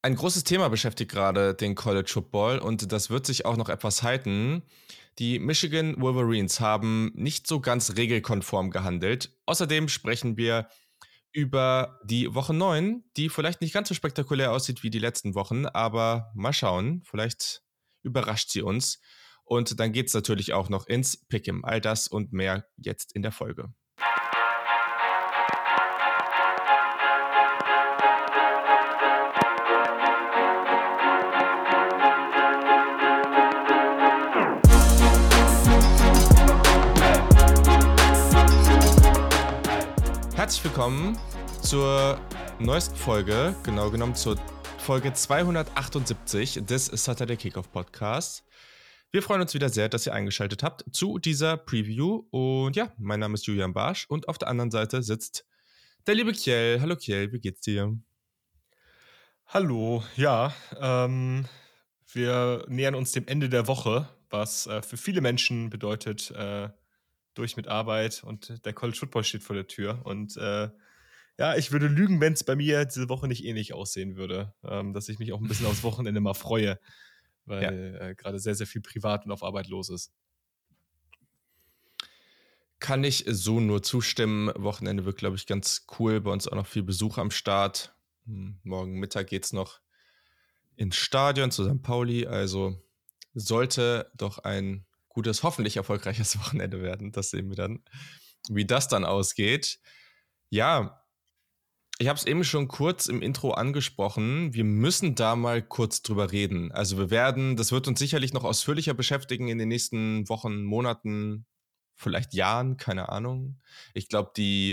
Ein großes Thema beschäftigt gerade den College Football und das wird sich auch noch etwas halten. Die Michigan Wolverines haben nicht so ganz regelkonform gehandelt. Außerdem sprechen wir über die Woche 9, die vielleicht nicht ganz so spektakulär aussieht wie die letzten Wochen, aber mal schauen, vielleicht überrascht sie uns. Und dann geht es natürlich auch noch ins Pick'em. All das und mehr jetzt in der Folge. Herzlich willkommen zur neuesten Folge, genau genommen zur Folge 278 des Saturday Kickoff Podcasts. Wir freuen uns wieder sehr, dass ihr eingeschaltet habt zu dieser Preview. Und ja, mein Name ist Julian Barsch und auf der anderen Seite sitzt der liebe Kjell. Hallo Kjell, wie geht's dir? Hallo, ja, wir nähern uns dem Ende der Woche, was für viele Menschen bedeutet, durch mit Arbeit und der College Football steht vor der Tür. Und ja, ich würde lügen, wenn es bei mir diese Woche nicht ähnlich aussehen würde, dass ich mich auch ein bisschen aufs Wochenende mal freue, Ja, weil gerade sehr, sehr viel privat und auf Arbeit los ist. kann ich so nur zustimmen. Wochenende wird, glaube ich, ganz cool. Bei uns auch noch viel Besuch am Start. Morgen Mittag geht's noch ins Stadion zu St. Pauli. Also sollte doch ein gutes, hoffentlich erfolgreiches Wochenende werden. Das sehen wir dann, wie das dann ausgeht. Ja, ich habe es eben schon kurz im Intro angesprochen. Wir müssen da mal kurz drüber reden. Also das wird uns sicherlich noch ausführlicher beschäftigen in den nächsten Wochen, Monaten, vielleicht Jahren, keine Ahnung. Ich glaube,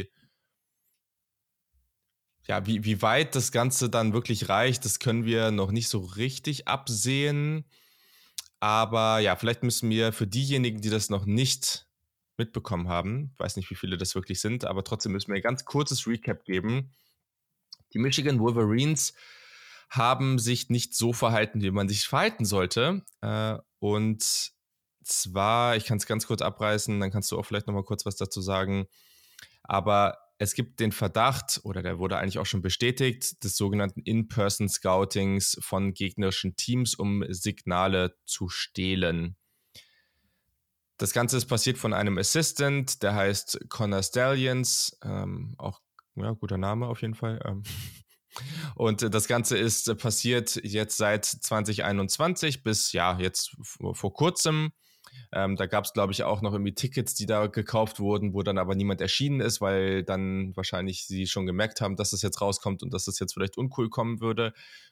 wie weit das Ganze dann wirklich reicht, das können wir noch nicht so richtig absehen. Aber ja, vielleicht müssen wir für diejenigen, die das noch nicht mitbekommen haben, weiß nicht, wie viele das wirklich sind, aber trotzdem müssen wir ein ganz kurzes Recap geben. Die Michigan Wolverines haben sich nicht so verhalten, wie man sich verhalten sollte. Und zwar, ich kann es ganz kurz abreißen, dann kannst du auch vielleicht noch mal kurz was dazu sagen. Aber es gibt den Verdacht, oder der wurde eigentlich auch schon bestätigt, des sogenannten In-Person-Scoutings von gegnerischen Teams, um Signale zu stehlen. Das Ganze ist passiert von einem Assistant, der heißt Connor Stallions, auch ja, guter Name auf jeden Fall. Und das Ganze ist passiert jetzt seit 2021 bis ja jetzt vor kurzem. Da gab es, glaube ich, auch noch irgendwie Tickets, die da gekauft wurden, wo dann aber niemand erschienen ist, weil dann wahrscheinlich sie schon gemerkt haben, dass es jetzt rauskommt und dass es jetzt vielleicht uncool kommen würde.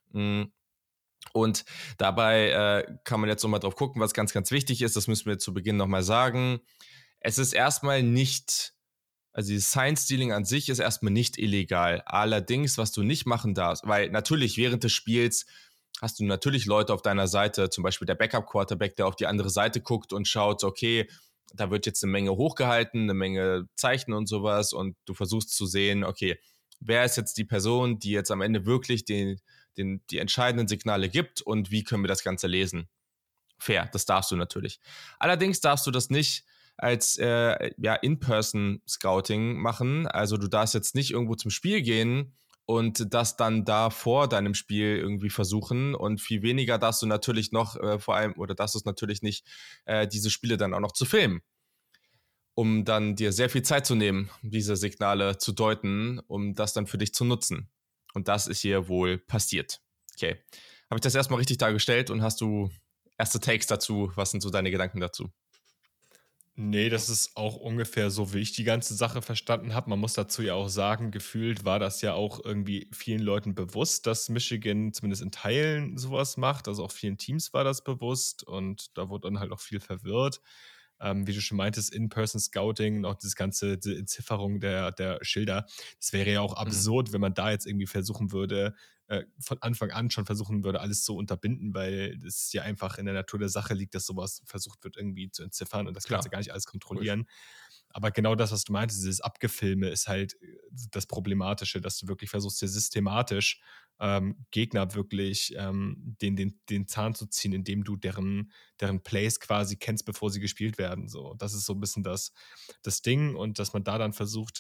Und dabei kann man jetzt nochmal drauf gucken, was ganz, ganz wichtig ist. Das müssen wir zu Beginn nochmal sagen. Es ist erstmal nicht, also dieses Sign-Stealing an sich ist erstmal nicht illegal. Allerdings, was du nicht machen darfst, weil natürlich während des Spiels hast du natürlich Leute auf deiner Seite, zum Beispiel der Backup-Quarterback, der auf die andere Seite guckt und schaut, okay, da wird jetzt eine Menge hochgehalten, eine Menge Zeichen und sowas und du versuchst zu sehen, okay, wer ist jetzt die Person, die jetzt am Ende wirklich die entscheidenden Signale gibt und wie können wir das Ganze lesen? Fair, das darfst du natürlich. Allerdings darfst du das nicht als In-Person-Scouting machen. Also du darfst jetzt nicht irgendwo zum Spiel gehen und das dann da vor deinem Spiel irgendwie versuchen und viel weniger darfst du natürlich noch vor allem, oder darfst du es natürlich nicht, diese Spiele dann auch noch zu filmen, um dann dir sehr viel Zeit zu nehmen, diese Signale zu deuten, um das dann für dich zu nutzen. Und das ist hier wohl passiert. Okay. Habe ich das erstmal richtig dargestellt und hast du erste Takes dazu? Was sind so deine Gedanken dazu? Nee, das ist auch ungefähr so, wie ich die ganze Sache verstanden habe. Man muss dazu ja auch sagen, gefühlt war das ja auch irgendwie vielen Leuten bewusst, dass Michigan zumindest in Teilen sowas macht. Also auch vielen Teams war das bewusst und da wurde dann halt auch viel verwirrt. Wie du schon meintest, In-Person-Scouting und auch diese Entzifferung der Schilder. Das wäre ja auch absurd, wenn man da jetzt irgendwie versuchen würde, von Anfang an schon versuchen würde, alles zu unterbinden, weil es ja einfach in der Natur der Sache liegt, dass sowas versucht wird, irgendwie zu entziffern und das kannst du Klar, gar nicht alles logisch. kontrollieren. Aber genau das, was du meintest, dieses Abgefilme ist halt das Problematische, dass du wirklich versuchst, dir systematisch Gegner wirklich den Zahn zu ziehen, indem du deren Plays quasi kennst, bevor sie gespielt werden. So, das ist so ein bisschen das Ding und dass man da dann versucht,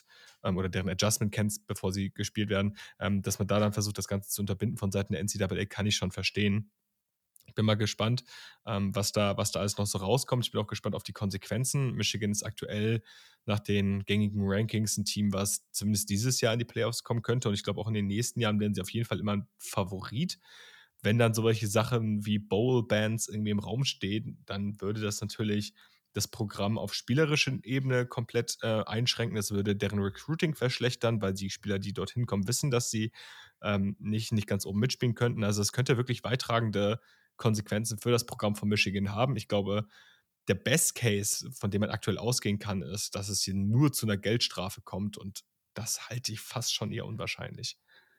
oder deren Adjustment-Camps, bevor sie gespielt werden, dass man da dann versucht, das Ganze zu unterbinden von Seiten der NCAA, kann ich schon verstehen. Ich bin mal gespannt, was da alles noch so rauskommt. Ich bin auch gespannt auf die Konsequenzen. Michigan ist aktuell nach den gängigen Rankings ein Team, was zumindest dieses Jahr in die Playoffs kommen könnte. Und ich glaube, auch in den nächsten Jahren werden sie auf jeden Fall immer ein Favorit. Wenn dann solche Sachen wie Bowl-Bands irgendwie im Raum stehen, dann würde das natürlich das Programm auf spielerischer Ebene komplett einschränken. Das würde deren Recruiting verschlechtern, weil die Spieler, die dorthin kommen, wissen, dass sie nicht ganz oben mitspielen könnten. Also es könnte wirklich weittragende Konsequenzen für das Programm von Michigan haben. Ich glaube, der Best Case, von dem man aktuell ausgehen kann, ist, dass es hier nur zu einer Geldstrafe kommt und das halte ich fast schon eher unwahrscheinlich.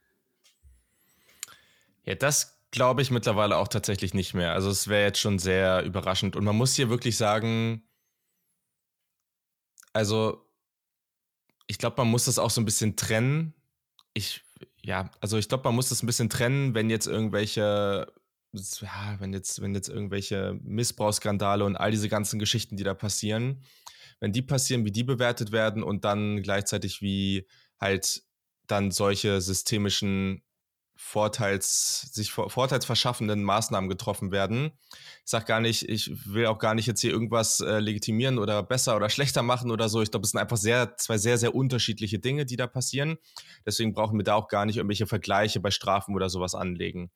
Ja, das glaube ich mittlerweile auch tatsächlich nicht mehr. Also es wäre jetzt schon sehr überraschend. Und man muss hier wirklich sagen, also ich glaube, man muss das auch so ein bisschen trennen. Ich glaube, man muss das ein bisschen trennen, wenn jetzt irgendwelche, wenn jetzt irgendwelche Missbrauchsskandale und all diese ganzen Geschichten, die da passieren, wenn die passieren, wie die bewertet werden und dann gleichzeitig wie halt dann solche systemischen vorteilsverschaffenden Maßnahmen getroffen werden. Ich will auch gar nicht jetzt hier irgendwas legitimieren oder besser oder schlechter machen oder so. Ich glaube, es sind einfach zwei sehr, sehr unterschiedliche Dinge, die da passieren. Deswegen brauchen wir da auch gar nicht irgendwelche Vergleiche bei Strafen oder sowas anlegen.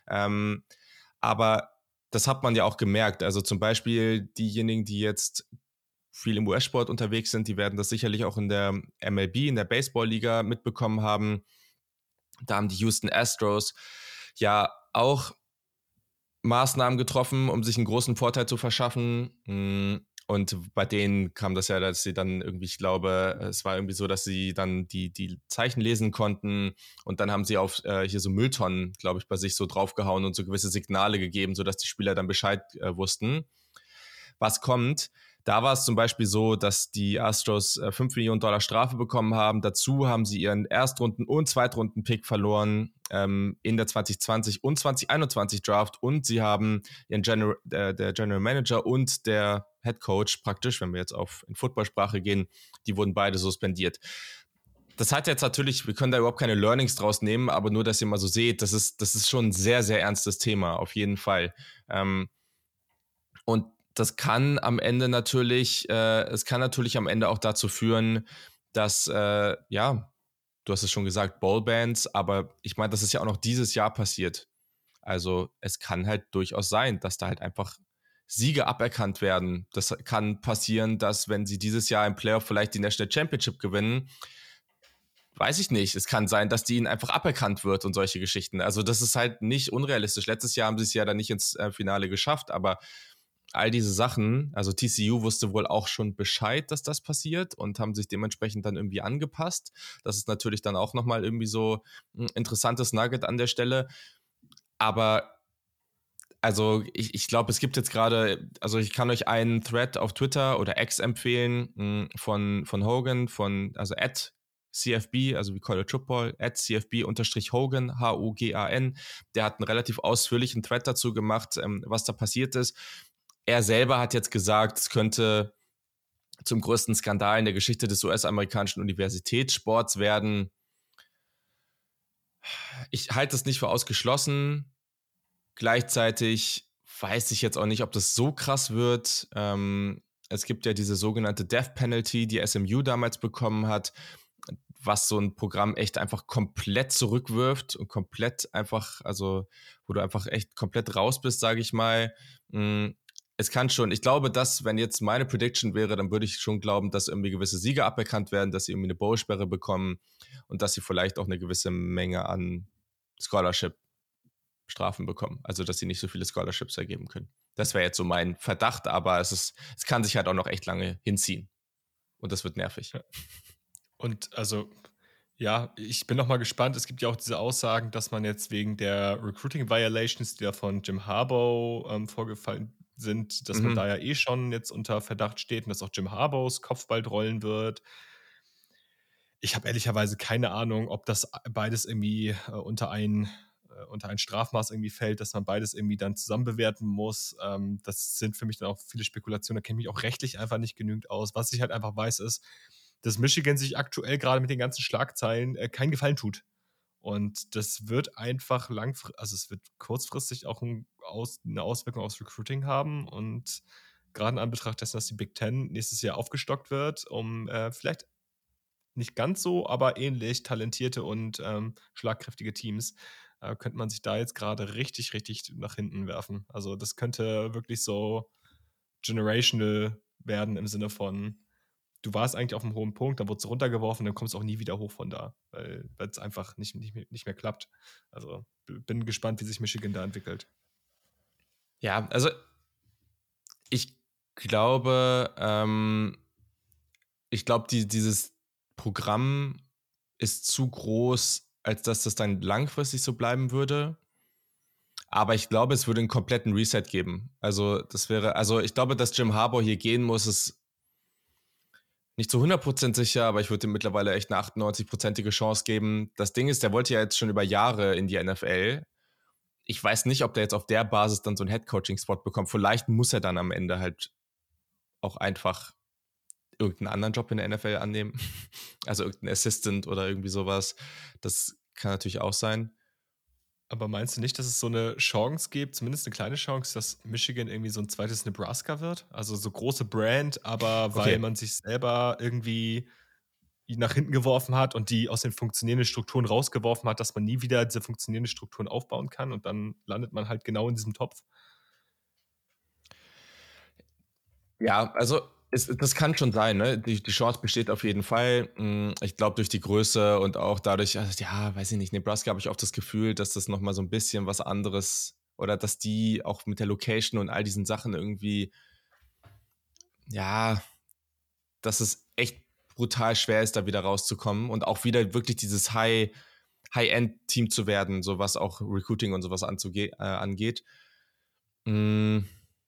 Aber das hat man ja auch gemerkt. Also zum Beispiel diejenigen, die jetzt viel im US-Sport unterwegs sind, die werden das sicherlich auch in der MLB, in der Baseball-Liga mitbekommen haben. Da haben die Houston Astros ja auch Maßnahmen getroffen, um sich einen großen Vorteil zu verschaffen. Und bei denen kam das ja, dass sie dann irgendwie, ich glaube, es war irgendwie so, dass sie dann die Zeichen lesen konnten und dann haben sie auf hier so Mülltonnen, glaube ich, bei sich so draufgehauen und so gewisse Signale gegeben, sodass die Spieler dann Bescheid wussten, was kommt. Da war es zum Beispiel so, dass die Astros $5 Millionen Strafe bekommen haben. Dazu haben sie ihren Erstrunden- und Zweitrunden-Pick verloren in der 2020 und 2021 Draft und sie haben der General Manager und der Head Coach praktisch, wenn wir jetzt in Footballsprache gehen, die wurden beide suspendiert. Das hat jetzt natürlich, wir können da überhaupt keine Learnings draus nehmen, aber nur, dass ihr mal so seht, das ist schon ein sehr, sehr ernstes Thema, auf jeden Fall. Und das kann am Ende natürlich, am Ende auch dazu führen, dass, du hast es schon gesagt, Ballbands, aber ich meine, das ist ja auch noch dieses Jahr passiert. Also es kann halt durchaus sein, dass da halt einfach Siege aberkannt werden. Das kann passieren, dass wenn sie dieses Jahr im Playoff vielleicht die National Championship gewinnen, weiß ich nicht. Es kann sein, dass die ihnen einfach aberkannt wird und solche Geschichten. Also das ist halt nicht unrealistisch. Letztes Jahr haben sie es ja dann nicht ins Finale geschafft, aber all diese Sachen, also TCU wusste wohl auch schon Bescheid, dass das passiert und haben sich dementsprechend dann irgendwie angepasst. Das ist natürlich dann auch nochmal irgendwie so ein interessantes Nugget an der Stelle. Aber also ich glaube, es gibt jetzt gerade, also ich kann euch einen Thread auf Twitter oder X empfehlen von Hogan, also @CFB, also wie College Football, @CFB_Hogan, Hogan. Der hat einen relativ ausführlichen Thread dazu gemacht, was da passiert ist. Er selber hat jetzt gesagt, es könnte zum größten Skandal in der Geschichte des US-amerikanischen Universitätssports werden. Ich halte es nicht für ausgeschlossen. Gleichzeitig weiß ich jetzt auch nicht, ob das so krass wird. Es gibt ja diese sogenannte Death Penalty, die SMU damals bekommen hat, was so ein Programm echt einfach komplett zurückwirft und komplett einfach, also wo du einfach echt komplett raus bist, sage ich mal. Es kann schon, ich glaube, dass, wenn jetzt meine Prediction wäre, dann würde ich schon glauben, dass irgendwie gewisse Siege aberkannt werden, dass sie irgendwie eine Bowl-Sperre bekommen und dass sie vielleicht auch eine gewisse Menge an Scholarship-Strafen bekommen. Also, dass sie nicht so viele Scholarships ergeben können. Das wäre jetzt so mein Verdacht, aber es kann sich halt auch noch echt lange hinziehen. Und das wird nervig. Und also, ja, ich bin noch mal gespannt. Es gibt ja auch diese Aussagen, dass man jetzt wegen der Recruiting Violations, die da von Jim Harbaugh vorgefallen sind, dass man da ja eh schon jetzt unter Verdacht steht und dass auch Jim Harbaughs Kopf bald rollen wird. Ich habe ehrlicherweise keine Ahnung, ob das beides irgendwie unter ein Strafmaß irgendwie fällt, dass man beides irgendwie dann zusammen bewerten muss. Das sind für mich dann auch viele Spekulationen. Da kenne ich mich auch rechtlich einfach nicht genügend aus. Was ich halt einfach weiß, ist, dass Michigan sich aktuell gerade mit den ganzen Schlagzeilen keinen Gefallen tut. Und das wird einfach also es wird kurzfristig auch eine Auswirkung aufs Recruiting haben. Und gerade in Anbetracht dessen, dass die Big Ten nächstes Jahr aufgestockt wird, um vielleicht nicht ganz so, aber ähnlich talentierte und schlagkräftige Teams, könnte man sich da jetzt gerade richtig, richtig nach hinten werfen. Also das könnte wirklich so generational werden im Sinne von, du warst eigentlich auf einem hohen Punkt, dann wurdest du runtergeworfen, dann kommst du auch nie wieder hoch von da, weil es einfach nicht mehr klappt. Also bin gespannt, wie sich Michigan da entwickelt. Ja, also ich glaube, dieses Programm ist zu groß, als dass das dann langfristig so bleiben würde. Aber ich glaube, es würde einen kompletten Reset geben. Also ich glaube, dass Jim Harbaugh hier gehen muss, ist nicht zu 100% sicher, aber ich würde ihm mittlerweile echt eine 98%ige Chance geben. Das Ding ist, der wollte ja jetzt schon über Jahre in die NFL. Ich weiß nicht, ob der jetzt auf der Basis dann so einen Head-Coaching-Spot bekommt. Vielleicht muss er dann am Ende halt auch einfach irgendeinen anderen Job in der NFL annehmen. Also irgendein Assistant oder irgendwie sowas. Das kann natürlich auch sein. Aber meinst du nicht, dass es so eine Chance gibt, zumindest eine kleine Chance, dass Michigan irgendwie so ein zweites Nebraska wird? Also so große Brand, aber weil Okay. man sich selber irgendwie nach hinten geworfen hat und die aus den funktionierenden Strukturen rausgeworfen hat, dass man nie wieder diese funktionierenden Strukturen aufbauen kann und dann landet man halt genau in diesem Topf. Ja, also das kann schon sein, ne? Die Chance besteht auf jeden Fall. Ich glaube, durch die Größe und auch dadurch, also, ja, weiß ich nicht, Nebraska habe ich oft das Gefühl, dass das nochmal so ein bisschen was anderes oder dass die auch mit der Location und all diesen Sachen irgendwie, ja, dass es echt brutal schwer ist, da wieder rauszukommen und auch wieder wirklich dieses High-End-Team zu werden, so was auch Recruiting und sowas angeht. Mm,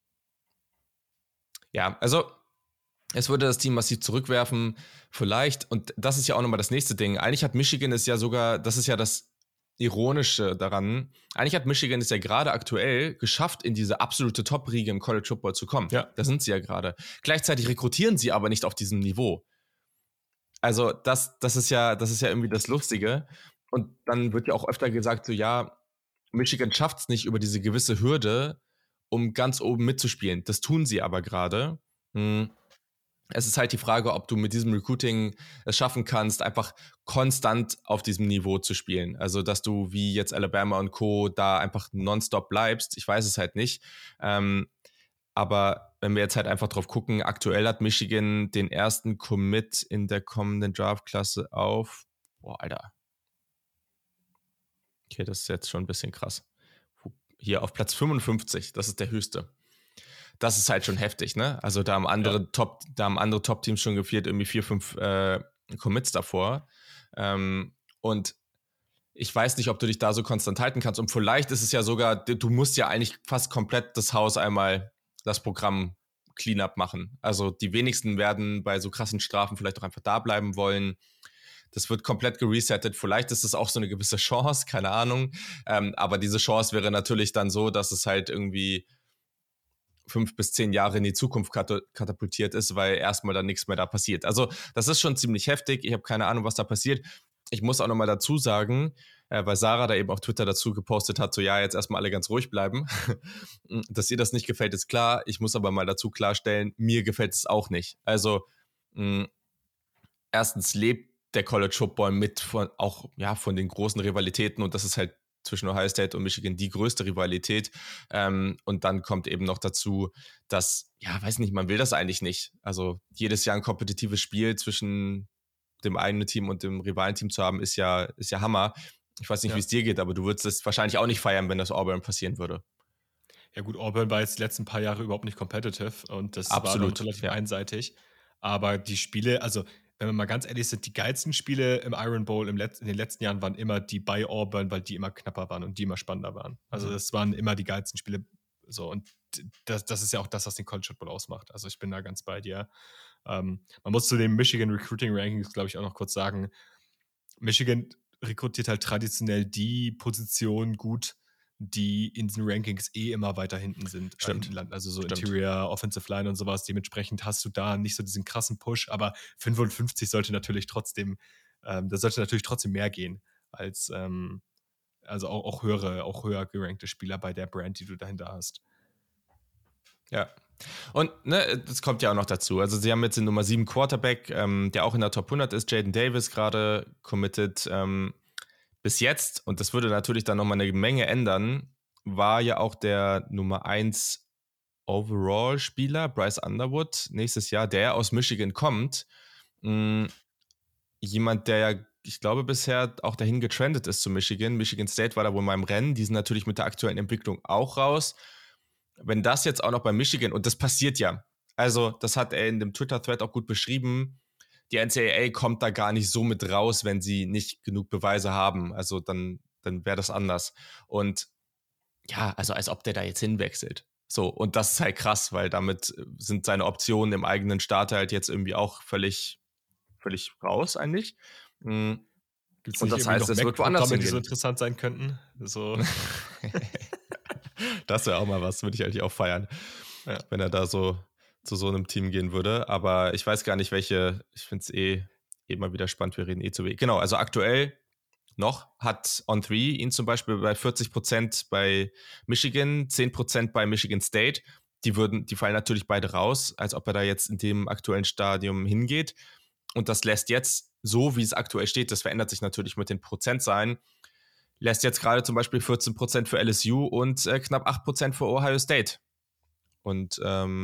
ja, also es würde das Team massiv zurückwerfen, vielleicht. Und das ist ja auch nochmal das nächste Ding. Eigentlich hat Michigan es ja sogar, das ist ja das Ironische daran, eigentlich hat Michigan es ja gerade aktuell geschafft, in diese absolute Top-Riege im College Football zu kommen. Ja. Da sind sie ja gerade. Gleichzeitig rekrutieren sie aber nicht auf diesem Niveau. Also das ist ja irgendwie das Lustige. Und dann wird ja auch öfter gesagt, so ja, Michigan schafft es nicht über diese gewisse Hürde, um ganz oben mitzuspielen. Das tun sie aber gerade. Es ist halt die Frage, ob du mit diesem Recruiting es schaffen kannst, einfach konstant auf diesem Niveau zu spielen. Also, dass du wie jetzt Alabama und Co. da einfach nonstop bleibst. Ich weiß es halt nicht. Aber wenn wir jetzt halt einfach drauf gucken, aktuell hat Michigan den ersten Commit in der kommenden Draftklasse auf. Boah, Alter. Okay, das ist jetzt schon ein bisschen krass. Hier auf Platz 55, das ist der höchste. Das ist halt schon heftig, ne? Also da haben andere Top-Teams schon gefehlt, irgendwie 4, 5 Commits davor. Und ich weiß nicht, ob du dich da so konstant halten kannst. Und vielleicht ist es ja sogar, du musst ja eigentlich fast komplett das Haus einmal, das Programm Cleanup machen. Also die wenigsten werden bei so krassen Strafen vielleicht auch einfach da bleiben wollen. Das wird komplett geresettet. Vielleicht ist es auch so eine gewisse Chance, keine Ahnung. Aber diese Chance wäre natürlich dann so, dass es halt irgendwie 5 bis 10 Jahre in die Zukunft katapultiert ist, weil erstmal dann nichts mehr da passiert. Also das ist schon ziemlich heftig. Ich habe keine Ahnung, was da passiert. Ich muss auch nochmal dazu sagen, weil Sarah da eben auf Twitter dazu gepostet hat, so ja, jetzt erstmal alle ganz ruhig bleiben. Dass ihr das nicht gefällt, ist klar. Ich muss aber mal dazu klarstellen, mir gefällt es auch nicht. Also erstens lebt der College Football von den großen Rivalitäten und das ist halt zwischen Ohio State und Michigan die größte Rivalität. Und dann kommt eben noch dazu, dass, ja, weiß nicht, man will das eigentlich nicht. Also jedes Jahr ein kompetitives Spiel zwischen dem eigenen Team und dem Rivalenteam zu haben, ist ja Hammer. Ich weiß nicht, wie es dir geht, aber du würdest es wahrscheinlich auch nicht feiern, wenn das Auburn passieren würde. Ja gut, Auburn war jetzt die letzten paar Jahre überhaupt nicht competitive und das war dann Absolut, relativ ja. einseitig. Aber die Spiele, also wenn wir mal ganz ehrlich sind, die geilsten Spiele im Iron Bowl in den letzten Jahren waren immer die bei Auburn, weil die immer knapper waren und die immer spannender waren. Also das waren immer die geilsten Spiele. So, und das ist ja auch das, was den College Football ausmacht. Also ich bin da ganz bei dir. Man muss zu den Michigan Recruiting Rankings, glaube ich, auch noch kurz sagen, Michigan rekrutiert halt traditionell die Position gut, die in diesen Rankings immer weiter hinten sind. Stimmt. Also so Stimmt. Interior, Offensive Line und sowas. Dementsprechend hast du da nicht so diesen krassen Push, aber 55 sollte natürlich trotzdem, da sollte natürlich trotzdem mehr gehen als also auch höher gerankte Spieler bei der Brand, die du dahinter hast. Ja. Und das kommt ja auch noch dazu. Also sie haben jetzt den Nummer 7 Quarterback, der auch in der Top 100 ist, Jaden Davis, gerade committed. Bis jetzt, und das würde natürlich dann nochmal eine Menge ändern, war ja auch der Nummer 1 Overall-Spieler, Bryce Underwood, nächstes Jahr, der aus Michigan kommt. Jemand, der ja, ich glaube, bisher auch dahin getrendet ist zu Michigan. Michigan State war da wohl mal im Rennen. Die sind natürlich mit der aktuellen Entwicklung auch raus. Wenn das jetzt auch noch bei Michigan, und das passiert ja, also das hat er in dem Twitter-Thread auch gut beschrieben, die NCAA kommt da gar nicht so mit raus, wenn sie nicht genug Beweise haben. Also dann wäre das anders. Und ja, also als ob der da jetzt hinwechselt. So, und das ist halt krass, weil damit sind seine Optionen im eigenen Staat halt jetzt irgendwie auch völlig raus eigentlich. Gibt's Und nicht das irgendwie heißt, noch es wird woanders Mac-Programme, die so hingehen. interessant sein könnten? So. Das wäre auch mal was, würde ich eigentlich auch feiern, Ja. wenn er da so zu so einem Team gehen würde. Aber ich weiß gar nicht, welche, ich finde es mal wieder spannend, wir reden zu wenig. Genau, also aktuell noch hat On3 ihn zum Beispiel bei 40% bei Michigan, 10% bei Michigan State. Die fallen natürlich beide raus, als ob er da jetzt in dem aktuellen Stadium hingeht. Und das lässt jetzt, so wie es aktuell steht, das verändert sich natürlich mit den Prozentzahlen, lässt jetzt gerade zum Beispiel 14% für LSU und knapp 8% für Ohio State. Und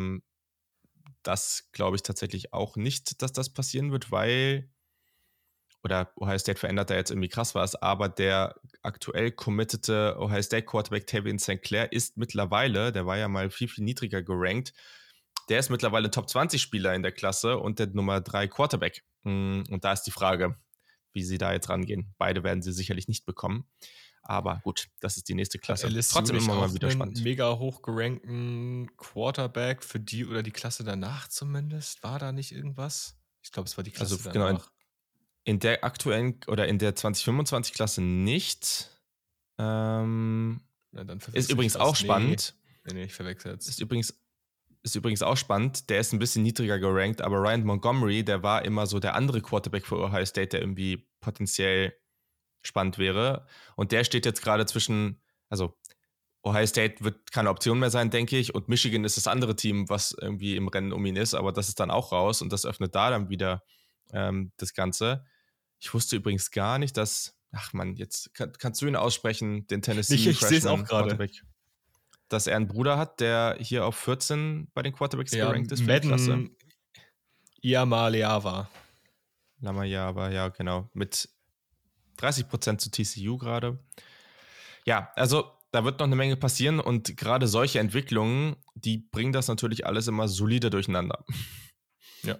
das glaube ich tatsächlich auch nicht, dass das passieren wird, weil, oder Ohio State verändert da jetzt irgendwie krass was, aber der aktuell committete Ohio State Quarterback Tavian St. Clair ist mittlerweile, der war ja mal viel, viel niedriger gerankt, der ist mittlerweile Top 20 Spieler in der Klasse und der Nummer 3 Quarterback. Und da ist die Frage, wie sie da jetzt rangehen. Beide werden sie sicherlich nicht bekommen. Aber gut, das ist die nächste Klasse. Trotzdem immer mal wieder spannend. Mega hoch gerankten Quarterback für die oder die Klasse danach zumindest. War da nicht irgendwas? Ich glaube, es war die Klasse danach. Genau, in der aktuellen oder in der 2025-Klasse nicht. Dann ist übrigens auch spannend. Nee, ich verwechsel jetzt. Ist übrigens auch spannend. Der ist ein bisschen niedriger gerankt, aber Ryan Montgomery, der war immer so der andere Quarterback für Ohio State, der irgendwie potenziell spannend wäre. Und der steht jetzt gerade zwischen, also Ohio State wird keine Option mehr sein, denke ich. Und Michigan ist das andere Team, was irgendwie im Rennen um ihn ist. Aber das ist dann auch raus und das öffnet da dann wieder das Ganze. Ich wusste übrigens gar nicht, dass, ach man, jetzt kannst du ihn aussprechen, den Tennessee ich sehe es auch gerade, dass er einen Bruder hat, der hier auf 14 bei den Quarterbacks gerankt ist für die Klasse. Iamaleava. Lamayava, ja, genau. Mit 30% zu TCU gerade. Ja, also da wird noch eine Menge passieren und gerade solche Entwicklungen, die bringen das natürlich alles immer solide durcheinander. Ja.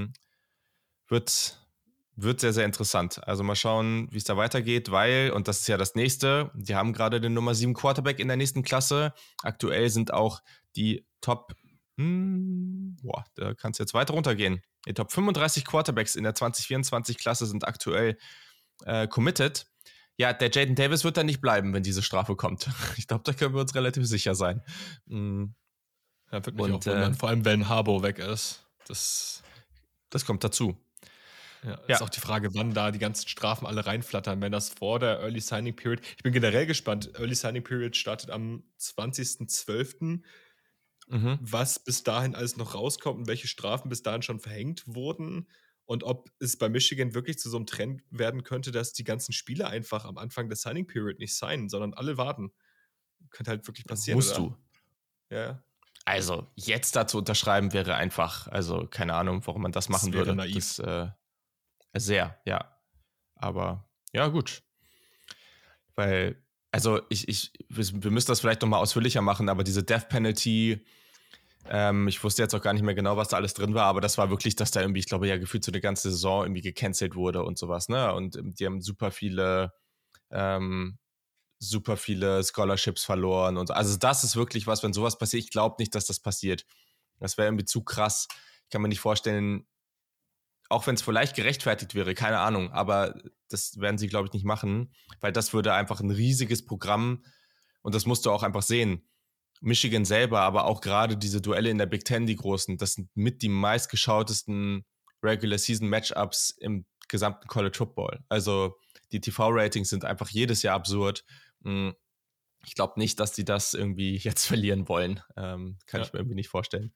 Wird sehr, sehr interessant. Also mal schauen, wie es da weitergeht, weil, und das ist ja das nächste, die haben gerade den Nummer 7 Quarterback in der nächsten Klasse. Aktuell sind auch die Top, da kann es jetzt weiter runtergehen. Die Top 35 Quarterbacks in der 2024-Klasse sind aktuell committed. Ja, der Jaden Davis wird da nicht bleiben, wenn diese Strafe kommt. Ich glaube, da können wir uns relativ sicher sein. Ja, wird mich auch wundern, vor allem wenn Harbaugh weg ist. Das kommt dazu. Ja, ist auch die Frage, wann da die ganzen Strafen alle reinflattern. Wenn das vor der Early Signing Period, ich bin generell gespannt, Early Signing Period startet am 20.12. Was bis dahin alles noch rauskommt und welche Strafen bis dahin schon verhängt wurden und ob es bei Michigan wirklich zu so einem Trend werden könnte, dass die ganzen Spieler einfach am Anfang der Signing Period nicht signen, sondern alle warten. Könnte halt wirklich passieren, Musst oder? du. Ja. Also, jetzt da zu unterschreiben wäre einfach, also keine Ahnung, warum man das machen würde. Naiv. Das, sehr, ja. Aber, ja, gut. Weil, also wir müssen das vielleicht nochmal ausführlicher machen, aber diese Death Penalty, ich wusste jetzt auch gar nicht mehr genau, was da alles drin war, aber das war wirklich, dass da irgendwie, ich glaube ja, gefühlt so eine ganze Saison irgendwie gecancelt wurde und sowas, ne? Und die haben super viele Scholarships verloren und so. Also das ist wirklich was, wenn sowas passiert, ich glaube nicht, dass das passiert. Das wäre irgendwie zu krass. Ich kann mir nicht vorstellen, auch wenn es vielleicht gerechtfertigt wäre, keine Ahnung, aber das werden sie, glaube ich, nicht machen, weil das würde einfach ein riesiges Programm Und das musst du auch einfach sehen. Michigan selber, aber auch gerade diese Duelle in der Big Ten, die großen, das sind mit die meistgeschautesten Regular-Season-Matchups im gesamten College Football. Also die TV-Ratings sind einfach jedes Jahr absurd. Ich glaube nicht, dass die das irgendwie jetzt verlieren wollen. Kann ich mir irgendwie nicht vorstellen.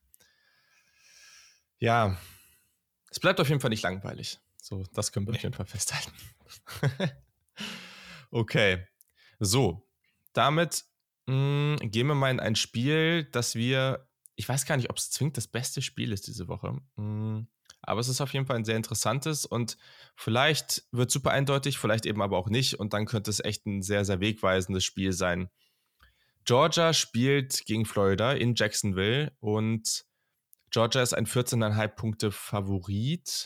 Ja, es bleibt auf jeden Fall nicht langweilig. So, das können wir auf jeden Fall festhalten. Okay, so, damit gehen wir mal in ein Spiel, das ich weiß gar nicht, ob es zwingend das beste Spiel ist diese Woche, aber es ist auf jeden Fall ein sehr interessantes und vielleicht wird es super eindeutig, vielleicht eben aber auch nicht und dann könnte es echt ein sehr, sehr wegweisendes Spiel sein. Georgia spielt gegen Florida in Jacksonville und Georgia ist ein 14,5 Punkte Favorit.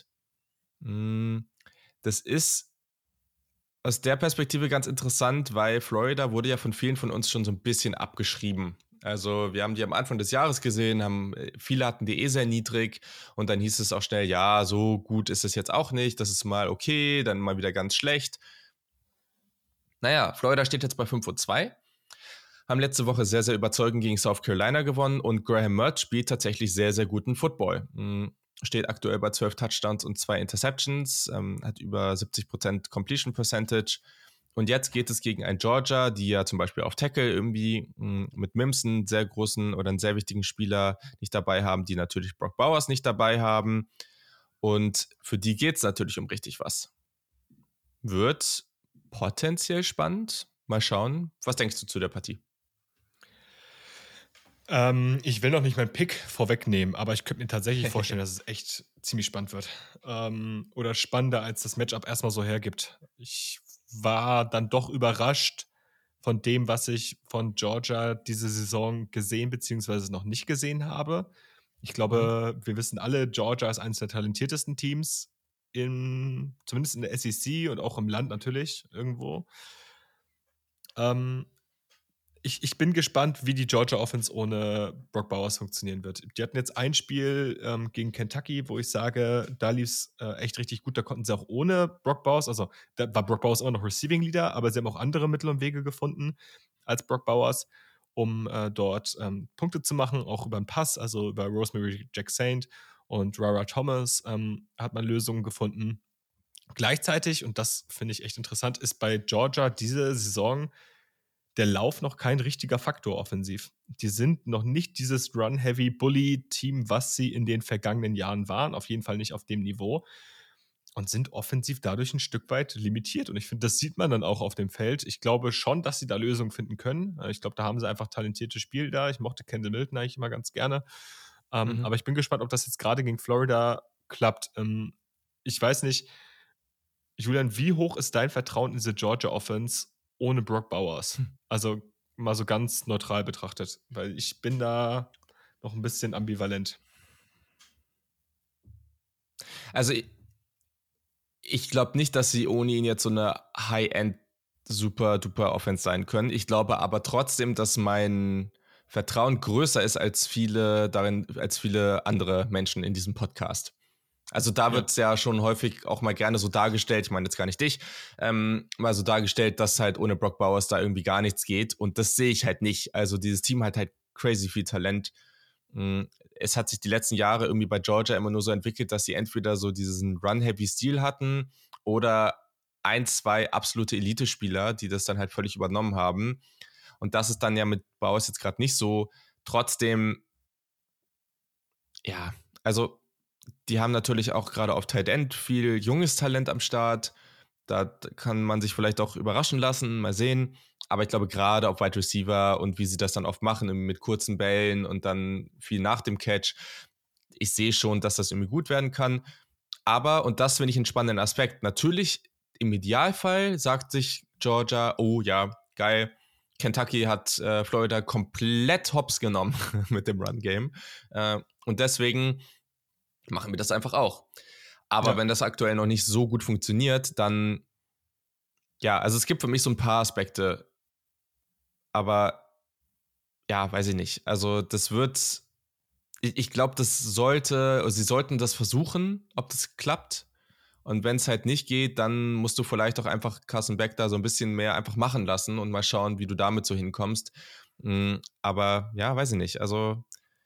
Das ist aus der Perspektive ganz interessant, weil Florida wurde ja von vielen von uns schon so ein bisschen abgeschrieben. Also wir haben die am Anfang des Jahres gesehen, viele hatten die sehr niedrig und dann hieß es auch schnell, ja, so gut ist es jetzt auch nicht, das ist mal okay, dann mal wieder ganz schlecht. Naja, Florida steht jetzt bei 5-2, haben letzte Woche sehr, sehr überzeugend gegen South Carolina gewonnen und Graham Mertz spielt tatsächlich sehr, sehr guten Football. Steht aktuell bei 12 Touchdowns und 2 Interceptions, hat über 70% Completion Percentage. Und jetzt geht es gegen ein Georgia, die ja zum Beispiel auf Tackle irgendwie mit Mims einen sehr großen oder einen sehr wichtigen Spieler nicht dabei haben, die natürlich Brock Bowers nicht dabei haben. Und für die geht es natürlich um richtig was. Wird potenziell spannend. Mal schauen. Was denkst du zu der Partie? Ich will noch nicht meinen Pick vorwegnehmen, aber ich könnte mir tatsächlich vorstellen, dass es echt ziemlich spannend wird. Oder spannender, als das Matchup erstmal so hergibt. Ich war dann doch überrascht von dem, was ich von Georgia diese Saison gesehen bzw. noch nicht gesehen habe. Ich glaube, wir wissen alle, Georgia ist eines der talentiertesten Teams, zumindest in der SEC und auch im Land natürlich irgendwo. Ich bin gespannt, wie die Georgia Offense ohne Brock Bowers funktionieren wird. Die hatten jetzt ein Spiel gegen Kentucky, wo ich sage, da lief es echt richtig gut. Da konnten sie auch ohne Brock Bowers, also da war Brock Bowers immer noch Receiving Leader, aber sie haben auch andere Mittel und Wege gefunden als Brock Bowers, um dort Punkte zu machen, auch über den Pass, also über Rosemary Jack Saint und Rara Thomas hat man Lösungen gefunden. Gleichzeitig, und das finde ich echt interessant, ist bei Georgia diese Saison der Lauf noch kein richtiger Faktor offensiv. Die sind noch nicht dieses Run-Heavy-Bully-Team, was sie in den vergangenen Jahren waren, auf jeden Fall nicht auf dem Niveau und sind offensiv dadurch ein Stück weit limitiert. Und ich finde, das sieht man dann auch auf dem Feld. Ich glaube schon, dass sie da Lösungen finden können. Ich glaube, da haben sie einfach talentierte Spieler da. Ich mochte Kendall Milton eigentlich immer ganz gerne. Aber ich bin gespannt, ob das jetzt gerade gegen Florida klappt. Ich weiß nicht, Julian, wie hoch ist dein Vertrauen in diese Georgia Offense ohne Brock Bowers? Also mal so ganz neutral betrachtet, weil ich bin da noch ein bisschen ambivalent. Also ich glaube nicht, dass sie ohne ihn jetzt so eine High-End super-duper Offense sein können. Ich glaube aber trotzdem, dass mein Vertrauen größer ist als viele andere Menschen in diesem Podcast. Also da wird es ja schon häufig auch mal gerne so dargestellt, ich meine jetzt gar nicht dich, mal so dargestellt, dass halt ohne Brock Bowers da irgendwie gar nichts geht und das sehe ich halt nicht. Also dieses Team hat halt crazy viel Talent. Es hat sich die letzten Jahre irgendwie bei Georgia immer nur so entwickelt, dass sie entweder so diesen Run-Heavy-Stil hatten oder 1, 2 absolute Elite-Spieler, die das dann halt völlig übernommen haben. Und das ist dann ja mit Bowers jetzt gerade nicht so. Trotzdem, ja, also die haben natürlich auch gerade auf Tight End viel junges Talent am Start. Da kann man sich vielleicht auch überraschen lassen, mal sehen. Aber ich glaube, gerade auf Wide Receiver und wie sie das dann oft machen, mit kurzen Bällen und dann viel nach dem Catch, ich sehe schon, dass das irgendwie gut werden kann. Aber, und das finde ich einen spannenden Aspekt, natürlich im Idealfall sagt sich Georgia, oh ja, geil, Kentucky hat Florida komplett hops genommen mit dem Run-Game. Und deswegen machen wir das einfach auch. Aber wenn das aktuell noch nicht so gut funktioniert, dann, ja, also es gibt für mich so ein paar Aspekte, aber ja, weiß ich nicht. Also das wird, ich glaube, sie sollten das versuchen, ob das klappt. Und wenn es halt nicht geht, dann musst du vielleicht auch einfach Carson Beck da so ein bisschen mehr einfach machen lassen und mal schauen, wie du damit so hinkommst. Aber ja, weiß ich nicht. Also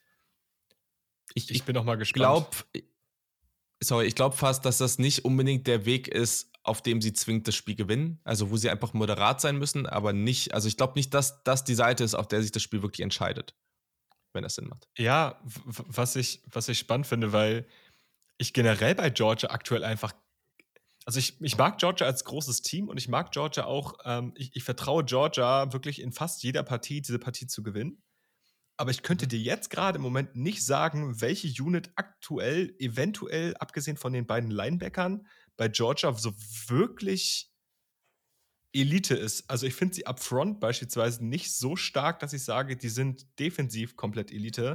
Ich bin noch mal glaube, gespannt. ich glaube fast, dass das nicht unbedingt der Weg ist, auf dem sie zwingend das Spiel gewinnen. Also wo sie einfach moderat sein müssen, aber nicht, also ich glaube nicht, dass das die Seite ist, auf der sich das Spiel wirklich entscheidet, wenn das Sinn macht. Ja, was ich spannend finde, weil ich generell bei Georgia aktuell einfach also ich mag Georgia als großes Team und ich mag Georgia auch, ich vertraue Georgia wirklich in fast jeder Partie, diese Partie zu gewinnen. Aber ich könnte Mhm. dir jetzt gerade im Moment nicht sagen, welche Unit aktuell, eventuell, abgesehen von den beiden Linebackern, bei Georgia so wirklich Elite ist. Also ich finde sie up front beispielsweise nicht so stark, dass ich sage, die sind defensiv komplett Elite.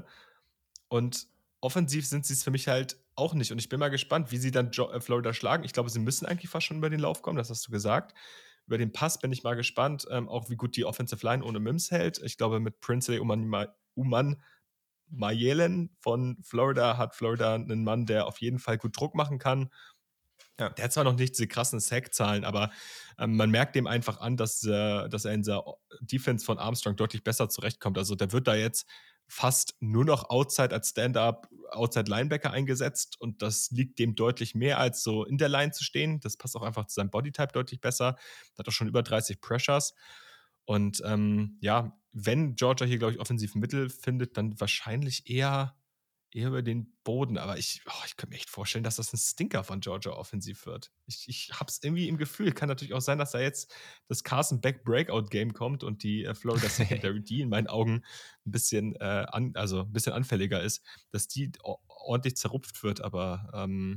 Und offensiv sind sie es für mich halt auch nicht. Und ich bin mal gespannt, wie sie dann Florida schlagen. Ich glaube, sie müssen eigentlich fast schon über den Lauf kommen, das hast du gesagt. Über den Pass bin ich mal gespannt, auch wie gut die Offensive Line ohne Mims hält. Ich glaube, mit Princely Uman Mayelen von Florida hat Florida einen Mann, der auf jeden Fall gut Druck machen kann. Ja. Der hat zwar noch nicht diese krassen Sack-Zahlen, aber man merkt dem einfach an, dass er in der Defense von Armstrong deutlich besser zurechtkommt. Also der wird da jetzt fast nur noch Outside als Stand-up, Outside Linebacker eingesetzt und das liegt dem deutlich mehr als so in der Line zu stehen. Das passt auch einfach zu seinem Bodytype deutlich besser. Hat auch schon über 30 Pressures. Und ja, wenn Georgia hier, glaube ich, offensiv Mittel findet, dann wahrscheinlich eher über den Boden. Aber ich könnte mir echt vorstellen, dass das ein Stinker von Georgia offensiv wird. Ich habe es irgendwie im Gefühl. Kann natürlich auch sein, dass da jetzt das Carson Beck Breakout Game kommt und die Florida Secondary, die in meinen Augen ein bisschen, ein bisschen anfälliger ist, dass die ordentlich zerrupft wird. Aber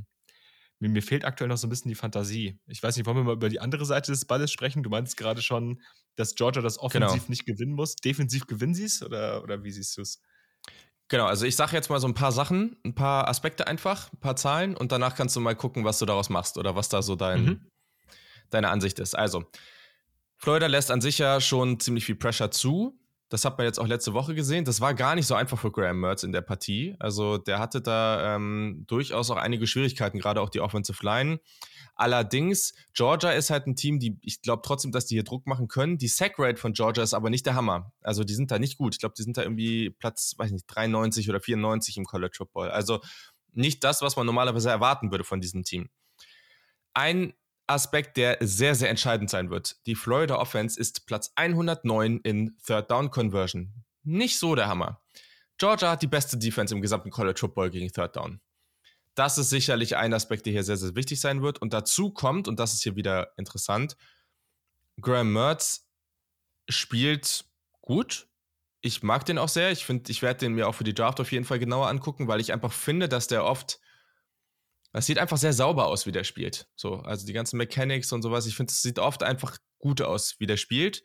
mir fehlt aktuell noch so ein bisschen die Fantasie. Ich weiß nicht, wollen wir mal über die andere Seite des Balles sprechen? Du meinst gerade schon, dass Georgia das Genau. offensiv nicht gewinnen muss. Defensiv gewinnen sie es oder wie siehst du es? Genau, also ich sage jetzt mal so ein paar Sachen, ein paar Aspekte einfach, ein paar Zahlen und danach kannst du mal gucken, was du daraus machst oder was da so Mhm. deine Ansicht ist. Also, Florida lässt an sich ja schon ziemlich viel Pressure zu. Das hat man jetzt auch letzte Woche gesehen. Das war gar nicht so einfach für Graham Mertz in der Partie. Also der hatte da durchaus auch einige Schwierigkeiten, gerade auch die Offensive Line. Allerdings, Georgia ist halt ein Team, die, ich glaube trotzdem, dass die hier Druck machen können. Die Sack-Rate von Georgia ist aber nicht der Hammer. Also die sind da nicht gut. Ich glaube, die sind da irgendwie Platz, weiß nicht, 93 oder 94 im College Football. Also nicht das, was man normalerweise erwarten würde von diesem Team. Ein Aspekt, der sehr, sehr entscheidend sein wird. Die Florida Offense ist Platz 109 in Third Down Conversion. Nicht so der Hammer. Georgia hat die beste Defense im gesamten College Football gegen Third Down. Das ist sicherlich ein Aspekt, der hier sehr, sehr wichtig sein wird. Und dazu kommt, und das ist hier wieder interessant, Graham Mertz spielt gut. Ich mag den auch sehr. Ich finde, ich werde den mir auch für die Draft auf jeden Fall genauer angucken, weil ich einfach finde, dass der oft, es sieht einfach sehr sauber aus, wie der spielt. So, also die ganzen Mechanics und sowas. Ich finde, es sieht oft einfach gut aus, wie der spielt.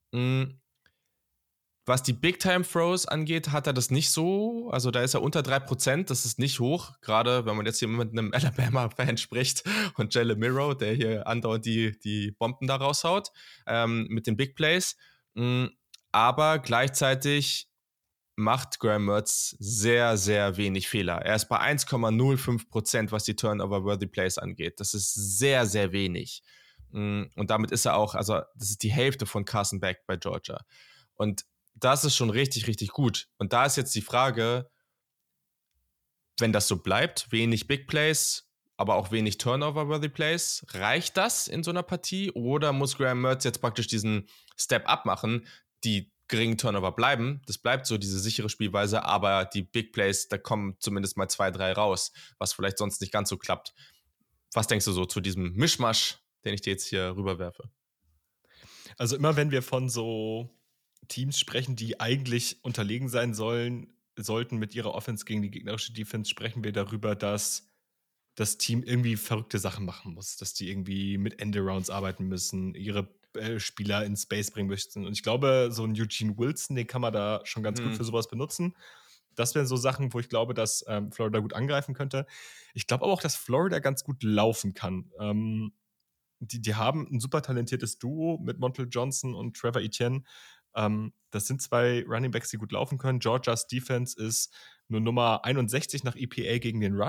Was die Big-Time-Throws angeht, hat er das nicht so. Also da ist er unter 3%. Das ist nicht hoch. Gerade wenn man jetzt hier mit einem Alabama-Fan spricht und Jalen Miro, der hier andauernd die Bomben da raushaut, mit den Big Plays. Aber gleichzeitig macht Graham Mertz sehr, sehr wenig Fehler. Er ist bei 1,05%, was die Turnover-Worthy Plays angeht. Das ist sehr, sehr wenig. Und damit ist er auch, also das ist die Hälfte von Carson Beck bei Georgia. Und das ist schon richtig, richtig gut. Und da ist jetzt die Frage, wenn das so bleibt, wenig Big Plays, aber auch wenig Turnover-worthy Plays, reicht das in so einer Partie oder muss Graham Mertz jetzt praktisch diesen Step-Up machen, die geringen Turnover bleiben, das bleibt so diese sichere Spielweise, aber die Big Plays, da kommen zumindest mal 2, 3 raus, was vielleicht sonst nicht ganz so klappt. Was denkst du so zu diesem Mischmasch, den ich dir jetzt hier rüberwerfe? Also immer wenn wir von so Teams sprechen, die eigentlich unterlegen sein sollten mit ihrer Offense gegen die gegnerische Defense, sprechen wir darüber, dass das Team irgendwie verrückte Sachen machen muss, dass die irgendwie mit Endarounds arbeiten müssen, ihre Spieler in Space bringen müssen. Und ich glaube, so ein Eugene Wilson, den kann man da schon ganz gut für sowas benutzen. Das wären so Sachen, wo ich glaube, dass Florida gut angreifen könnte. Ich glaube aber auch, dass Florida ganz gut laufen kann. Die haben ein super talentiertes Duo mit Montel Johnson und Trevor Etienne. Das sind zwei Running Backs, die gut laufen können. Georgias Defense ist nur Nummer 61 nach EPA gegen den Rush.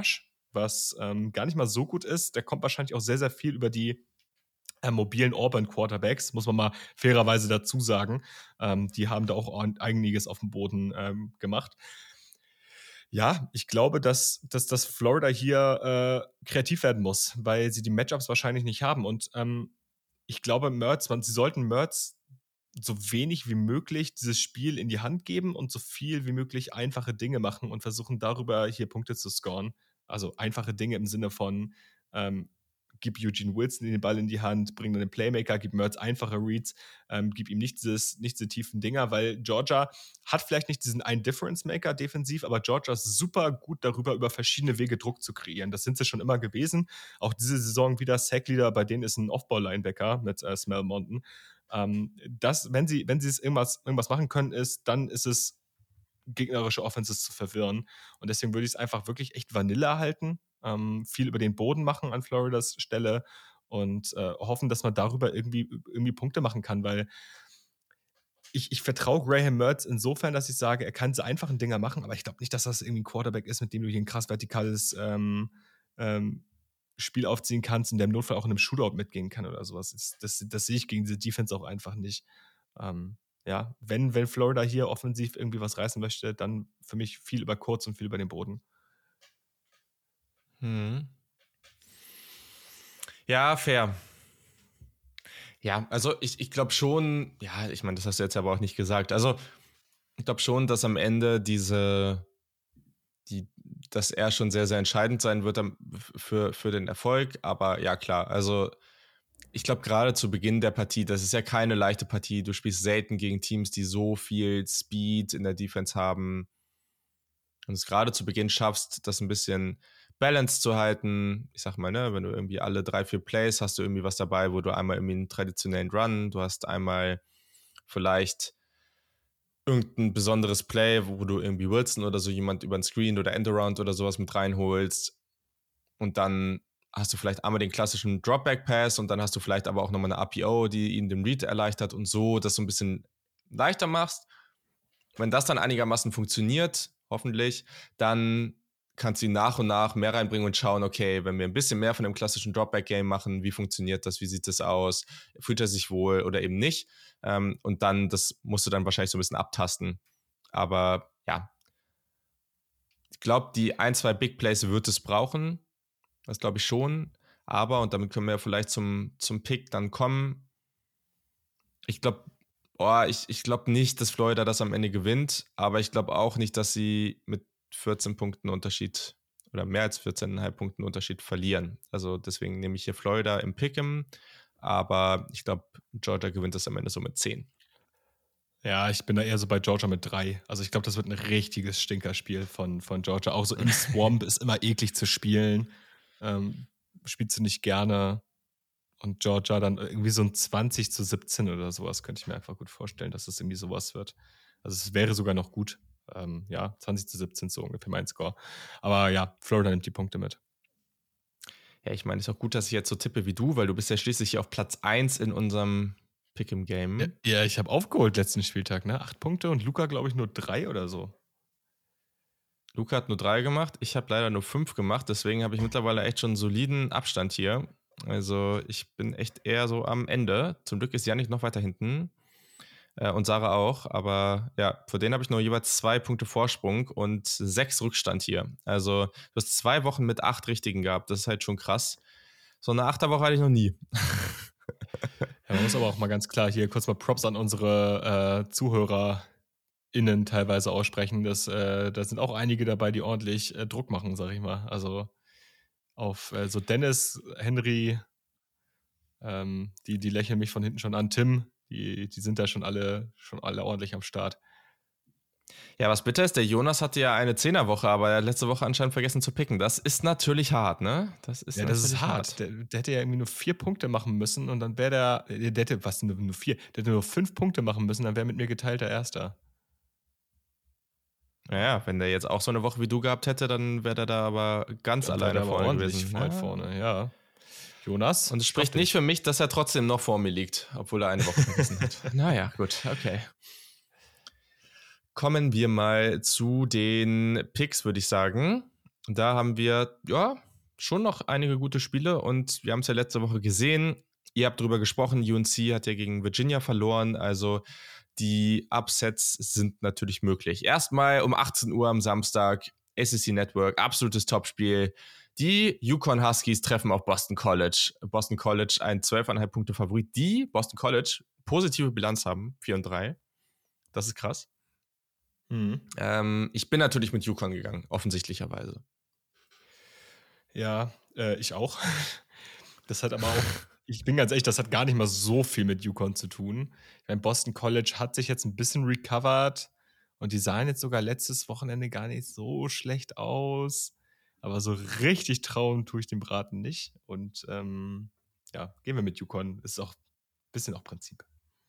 was gar nicht mal so gut ist. Der kommt wahrscheinlich auch sehr, sehr viel über die mobilen Auburn-Quarterbacks, muss man mal fairerweise dazu sagen. Die haben da auch einiges auf dem Boden gemacht. Ja, ich glaube, dass Florida hier kreativ werden muss, weil sie die Matchups wahrscheinlich nicht haben. Und ich glaube, sie sollten Mertz so wenig wie möglich dieses Spiel in die Hand geben und so viel wie möglich einfache Dinge machen und versuchen darüber hier Punkte zu scoren. Also einfache Dinge im Sinne von gib Eugene Wilson den Ball in die Hand, bring dann den Playmaker, gib Mertz einfache Reads, gib ihm nicht diese tiefen Dinger, weil Georgia hat vielleicht nicht diesen einen Difference-Maker defensiv, aber Georgia ist super gut darüber, über verschiedene Wege Druck zu kreieren. Das sind sie schon immer gewesen. Auch diese Saison wieder Sackleader, bei denen ist ein Off-Ball-Linebacker mit Smell Mountain. Wenn sie irgendwas machen können, dann ist es gegnerische Offenses zu verwirren. Und deswegen würde ich es einfach wirklich echt Vanilla halten, viel über den Boden machen an Floridas Stelle und hoffen, dass man darüber irgendwie Punkte machen kann, weil ich vertraue Graham Mertz insofern, dass ich sage, er kann diese einfachen Dinger machen, aber ich glaube nicht, dass das irgendwie ein Quarterback ist, mit dem du hier ein krass vertikales Spiel aufziehen kannst und der im Notfall auch in einem Shootout mitgehen kann oder sowas. Das sehe ich gegen diese Defense auch einfach nicht. Ja, wenn Florida hier offensiv irgendwie was reißen möchte, dann für mich viel über kurz und viel über den Boden. Ja, fair. Ja, also ich glaube schon, ja, ich meine, das hast du jetzt aber auch nicht gesagt. Also ich glaube schon, dass am Ende dass er schon sehr, sehr entscheidend sein wird für den Erfolg. Aber ja, klar, also ich glaube gerade zu Beginn der Partie, das ist ja keine leichte Partie. Du spielst selten gegen Teams, die so viel Speed in der Defense haben und es gerade zu Beginn schaffst, das ein bisschen balanced zu halten. Ich sag mal, ne, wenn du irgendwie alle 3-4 Plays hast du irgendwie was dabei, wo du einmal irgendwie einen traditionellen Run, du hast einmal vielleicht irgendein besonderes Play, wo du irgendwie Wilson oder so jemand über den Screen oder Endaround oder sowas mit reinholst und dann hast du vielleicht einmal den klassischen Dropback-Pass und dann hast du vielleicht aber auch nochmal eine RPO, die ihnen den Read erleichtert und so das so ein bisschen leichter machst. Wenn das dann einigermaßen funktioniert, hoffentlich, dann kannst du ihn nach und nach mehr reinbringen und schauen, okay, wenn wir ein bisschen mehr von dem klassischen Dropback-Game machen, wie funktioniert das, wie sieht das aus, fühlt er sich wohl oder eben nicht, und dann, das musst du dann wahrscheinlich so ein bisschen abtasten, aber ja, ich glaube, die 1-2 Big Plays wird es brauchen, das glaube ich schon, aber, und damit können wir ja vielleicht zum Pick dann kommen, ich glaube, ich glaube nicht, dass Florida das am Ende gewinnt, aber ich glaube auch nicht, dass sie mit 14 Punkten Unterschied oder mehr als 14,5 Punkten Unterschied verlieren. Also deswegen nehme ich hier Florida im Pick'em, aber ich glaube, Georgia gewinnt das am Ende so mit 10. Ja, ich bin da eher so bei Georgia mit 3. Also ich glaube, das wird ein richtiges Stinkerspiel von Georgia. Auch so im Swamp ist immer eklig zu spielen. Spielst du nicht gerne. Und Georgia dann irgendwie so ein 20-17 oder sowas, könnte ich mir einfach gut vorstellen, dass es irgendwie sowas wird. Also es wäre sogar noch gut. Ja, 20-17 so ungefähr mein Score. Aber ja, Florida nimmt die Punkte mit. Ja, ich meine, ist auch gut, dass ich jetzt so tippe wie du, weil du bist ja schließlich hier auf Platz 1 in unserem Pick'em-Game. Ja, ich habe aufgeholt letzten Spieltag, ne? 8 Punkte und Luca, glaube ich, nur 3 oder so. Luca hat nur 3 gemacht, ich habe leider nur 5 gemacht, deswegen habe ich mittlerweile echt schon einen soliden Abstand hier. Also ich bin echt eher so am Ende. Zum Glück ist Yannick noch weiter hinten und Sarah auch, aber ja, vor denen habe ich nur jeweils 2 Punkte Vorsprung und 6 Rückstand hier. Also du hast 2 Wochen mit 8 Richtigen gehabt, das ist halt schon krass. So eine 8er-Woche hatte ich noch nie. Ja, man muss aber auch mal ganz klar hier kurz mal Props an unsere ZuhörerInnen teilweise aussprechen. Da sind auch einige dabei, die ordentlich Druck machen, sag ich mal. Also auf so Dennis, Henry, die lächeln mich von hinten schon an. Tim, die sind da schon alle ordentlich am Start. Ja, was bitter ist, der Jonas hatte ja eine 10er-Woche, aber er hat letzte Woche anscheinend vergessen zu picken. Das ist natürlich hart, ne? Das ist hart. Der hätte ja irgendwie nur 4 Punkte machen müssen und dann wäre der hätte was, nur 4? Der hätte nur 5 Punkte machen müssen, dann wäre mit mir geteilter Erster. Naja, wenn der jetzt auch so eine Woche wie du gehabt hätte, dann wäre der da aber ganz alleine vorne gewesen. Weit vorne, ja. Jonas? Und es spricht nicht für mich, dass er trotzdem noch vor mir liegt, obwohl er eine Woche vergessen hat. Naja, gut, okay. Kommen wir mal zu den Picks, würde ich sagen. Da haben wir, ja, schon noch einige gute Spiele und wir haben es ja letzte Woche gesehen. Ihr habt drüber gesprochen, UNC hat ja gegen Virginia verloren, also die Upsets sind natürlich möglich. Erstmal um 18 Uhr am Samstag, SEC Network, absolutes Topspiel. Die Yukon Huskies treffen auf Boston College. Boston College ein 12,5 Punkte Favorit. Die Boston College positive Bilanz haben, 4-3. Das ist krass. Ich bin natürlich mit Yukon gegangen, offensichtlicherweise. Ja, ich auch. Das hat aber auch, ich bin ganz ehrlich, das hat gar nicht mal so viel mit Yukon zu tun. Ich meine, Boston College hat sich jetzt ein bisschen recovered und die sahen jetzt sogar letztes Wochenende gar nicht so schlecht aus. Aber so richtig trauen tue ich dem Braten nicht. Und ja, gehen wir mit Yukon. Ist auch ein bisschen auch Prinzip.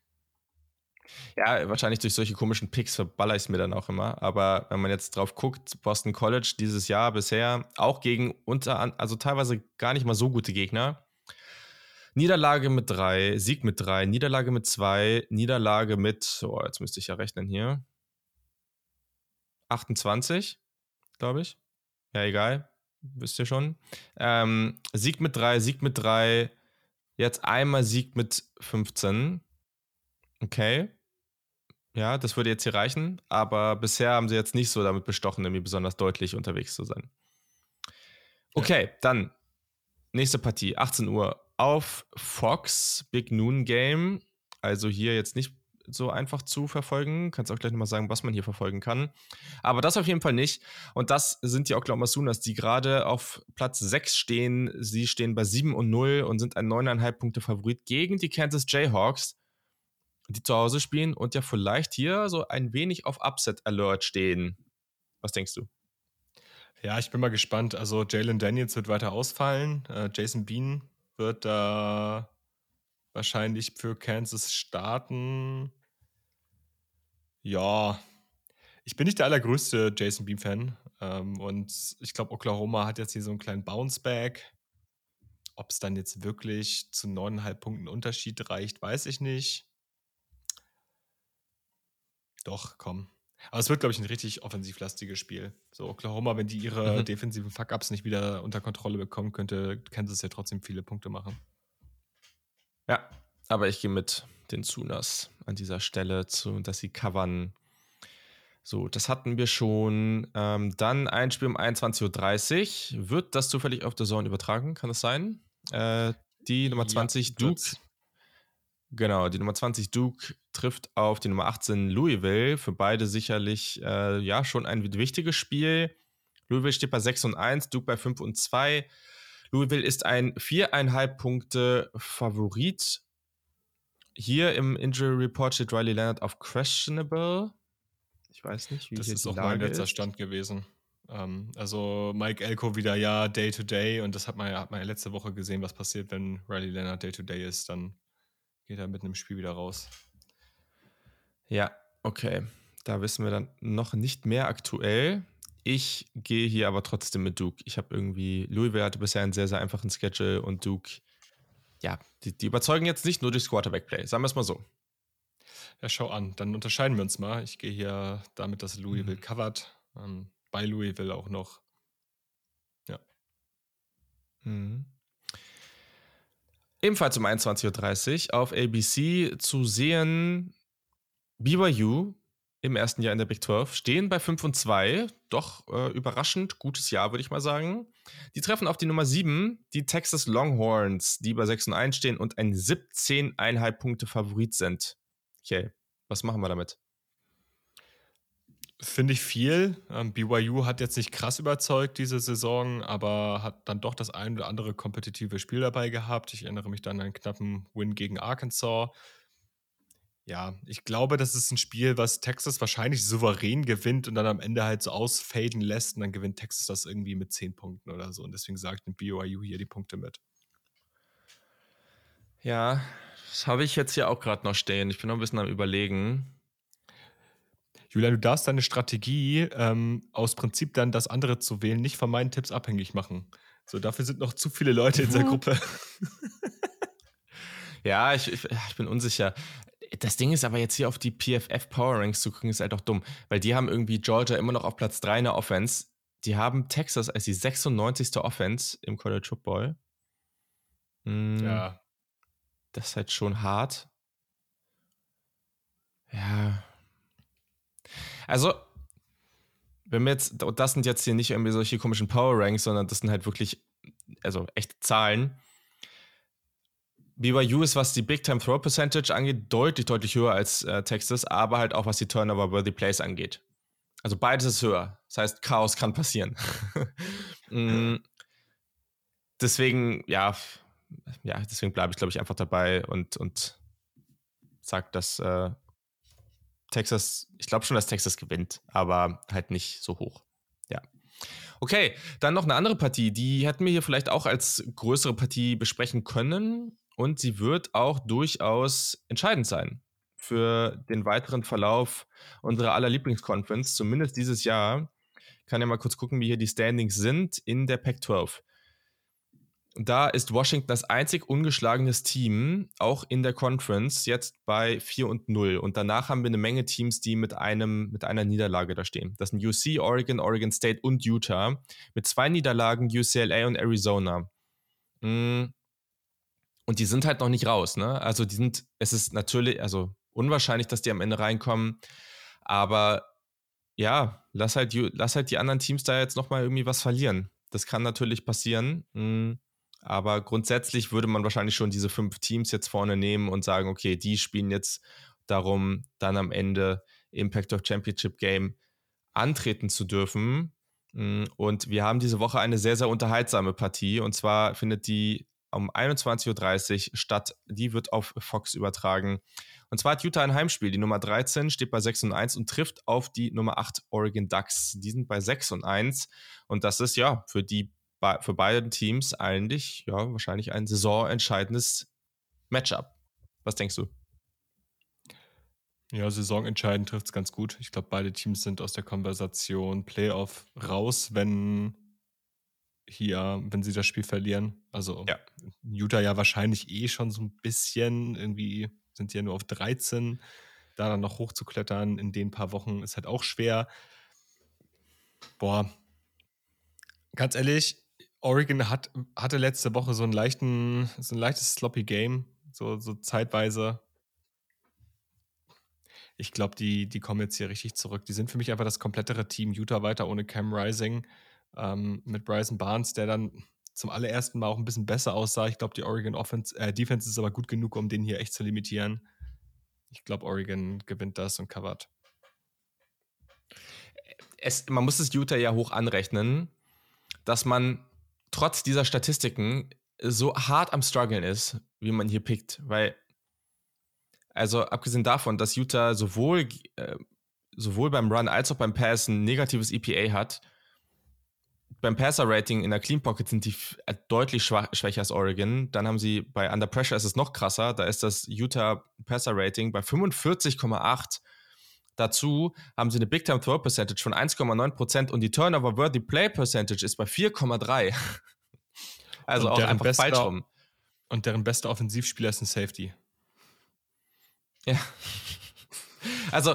Ja, wahrscheinlich durch solche komischen Picks verballer ich es mir dann auch immer. Aber wenn man jetzt drauf guckt, Boston College dieses Jahr bisher auch gegen also teilweise gar nicht mal so gute Gegner. Niederlage mit 3, Sieg mit 3, Niederlage mit 2, Niederlage mit, jetzt müsste ich ja rechnen hier, 28, glaube ich. Ja, egal, wisst ihr schon. Sieg mit 3, jetzt einmal Sieg mit 15. Okay. Ja, das würde jetzt hier reichen, aber bisher haben sie jetzt nicht so damit bestochen, irgendwie besonders deutlich unterwegs zu sein. Okay, ja. Dann nächste Partie, 18 Uhr auf Fox, Big Noon Game. Also hier jetzt nicht so einfach zu verfolgen. Kannst auch gleich nochmal sagen, was man hier verfolgen kann. Aber das auf jeden Fall nicht. Und das sind die Oklahoma Sooners, die gerade auf Platz 6 stehen. Sie stehen bei 7-0 und sind ein 9,5 Punkte Favorit gegen die Kansas Jayhawks, die zu Hause spielen und ja vielleicht hier so ein wenig auf Upset-Alert stehen. Was denkst du? Ja, ich bin mal gespannt. Also Jalen Daniels wird weiter ausfallen. Jason Bean wird da wahrscheinlich für Kansas starten. Ja, ich bin nicht der allergrößte Jason Bean-Fan. Und ich glaube, Oklahoma hat jetzt hier so einen kleinen Bounce-Back. Ob es dann jetzt wirklich zu 9,5 Punkten Unterschied reicht, weiß ich nicht. Doch, komm. Aber es wird, glaube ich, ein richtig offensivlastiges Spiel. So, Oklahoma, wenn die ihre defensiven Fuck-Ups nicht wieder unter Kontrolle bekommen, könnte Kansas ja trotzdem viele Punkte machen. Ja, aber ich gehe mit den Sooners an dieser Stelle, dass sie covern. So, das hatten wir schon. Dann ein Spiel um 21:30 Uhr. Wird das zufällig auf The Zone übertragen? Kann das sein? Die Nummer 20 Duke. Genau, die Nummer 20 Duke trifft auf die Nummer 18 Louisville. Für beide sicherlich schon ein wichtiges Spiel. Louisville steht bei 6-1, Duke bei 5-2. Louisville ist ein 4,5 Punkte Favorit. Hier im Injury Report steht Riley Leonard auf questionable. Ich weiß nicht, wie das hier ist die auch Lage mein letzter ist. Stand gewesen. Also Mike Elko wieder Day-to-Day und das hat man ja letzte Woche gesehen, was passiert, wenn Riley Leonard Day-to-Day ist, dann geht er mit einem Spiel wieder raus. Ja, okay. Da wissen wir dann noch nicht mehr aktuell. Ich gehe hier aber trotzdem mit Duke. Ich habe irgendwie, Louisville hatte bisher einen sehr, sehr einfachen Schedule und Duke, ja, die überzeugen jetzt nicht nur durchs Quarterback-Play. Sagen wir es mal so. Ja, schau an. Dann unterscheiden wir uns mal. Ich gehe hier damit, dass Louisville covert. Bei Louisville auch noch. Ja. Ebenfalls um 21:30 Uhr auf ABC zu sehen BYU im ersten Jahr in der Big 12 stehen bei 5-2. Doch überraschend gutes Jahr, würde ich mal sagen. Die treffen auf die Nummer 7, die Texas Longhorns, die bei 6-1 stehen und ein 17,5 Punkte Favorit sind. Okay, was machen wir damit? Finde ich viel. BYU hat jetzt nicht krass überzeugt diese Saison, aber hat dann doch das ein oder andere kompetitive Spiel dabei gehabt. Ich erinnere mich dann an einen knappen Win gegen Arkansas. Ja, ich glaube, das ist ein Spiel, was Texas wahrscheinlich souverän gewinnt und dann am Ende halt so ausfaden lässt und dann gewinnt Texas das irgendwie mit 10 Punkten oder so und deswegen sagt BYU hier die Punkte mit. Ja, das habe ich jetzt hier auch gerade noch stehen. Ich bin noch ein bisschen am Überlegen. Julian, du darfst deine Strategie aus Prinzip dann das andere zu wählen, nicht von meinen Tipps abhängig machen. So, dafür sind noch zu viele Leute in der Gruppe. Ja, ich bin unsicher. Das Ding ist aber jetzt hier auf die PFF Power Ranks zu gucken, ist halt auch dumm, weil die haben irgendwie Georgia immer noch auf Platz 3 in der Offense. die haben Texas als die 96. Offense im College Football. Ja. Das ist halt schon hart. Ja. Also, wenn wir jetzt, das sind jetzt hier nicht irgendwie solche komischen Power Ranks, sondern das sind halt wirklich, also echte Zahlen. BYU ist, was die Big Time Throw Percentage angeht, deutlich, deutlich höher als Texas, aber halt auch, was die Turnover-worthy Plays angeht. Also beides ist höher. Das heißt, Chaos kann passieren. Deswegen, deswegen bleibe ich, glaube ich, einfach dabei und sage, dass Texas, ich glaube schon, dass Texas gewinnt, aber halt nicht so hoch. Ja. Okay, dann noch eine andere Partie, die hätten wir hier vielleicht auch als größere Partie besprechen können und sie wird auch durchaus entscheidend sein für den weiteren Verlauf unserer aller Lieblingsconference, zumindest dieses Jahr. Ich kann ja mal kurz gucken, wie hier die Standings sind in der Pac-12. Da ist Washington das einzig ungeschlagenes Team, auch in der Conference, jetzt bei 4-0. Und danach haben wir eine Menge Teams, die mit einer Niederlage da stehen. Das sind UC, Oregon, Oregon State und Utah. Mit 2 Niederlagen UCLA und Arizona. Und die sind halt noch nicht raus, ne? Also es ist natürlich, also unwahrscheinlich, dass die am Ende reinkommen. Aber ja, lass halt die anderen Teams da jetzt nochmal irgendwie was verlieren. Das kann natürlich passieren. Aber grundsätzlich würde man wahrscheinlich schon diese 5 Teams jetzt vorne nehmen und sagen, okay, die spielen jetzt darum, dann am Ende im Pac-12 Championship Game antreten zu dürfen. Und wir haben diese Woche eine sehr, sehr unterhaltsame Partie. Und zwar findet die um 21.30 Uhr statt. Die wird auf Fox übertragen. Und zwar hat Utah ein Heimspiel. Die Nummer 13 steht bei 6-1 und trifft auf die Nummer 8 Oregon Ducks. Die sind bei 6-1. Und das ist ja für beide Teams eigentlich wahrscheinlich ein saisonentscheidendes Matchup. Was denkst du? Ja, saisonentscheidend trifft es ganz gut. Ich glaube, beide Teams sind aus der Konversation Playoff raus, wenn sie das Spiel verlieren. Also ja. Utah ja wahrscheinlich schon so ein bisschen, irgendwie sind die ja nur auf 13. Da dann noch hochzuklettern in den paar Wochen ist halt auch schwer. Boah, ganz ehrlich, Oregon hatte letzte Woche so ein leichtes sloppy Game, so zeitweise. Ich glaube, die kommen jetzt hier richtig zurück. Die sind für mich einfach das komplettere Team. Utah weiter ohne Cam Rising, mit Bryson Barnes, der dann zum allerersten Mal auch ein bisschen besser aussah. Ich glaube, die Oregon Defense ist aber gut genug, um den hier echt zu limitieren. Ich glaube, Oregon gewinnt das und covert. Man muss es Utah ja hoch anrechnen, dass man trotz dieser Statistiken so hart am Struggeln ist, wie man hier pickt. Weil, also abgesehen davon, dass Utah sowohl beim Run als auch beim Pass ein negatives EPA hat, beim Passer-Rating in der Clean Pocket sind die deutlich schwächer als Oregon. Dann haben sie bei Under Pressure ist es noch krasser. Da ist das Utah Passer-Rating bei 45,8. Dazu haben sie eine Big Time Throw Percentage von 1,9% und die Turnover Worthy Play Percentage ist bei 4,3. Also und auch einfach falsch rum. Und deren bester Offensivspieler ist ein Safety. Ja. Also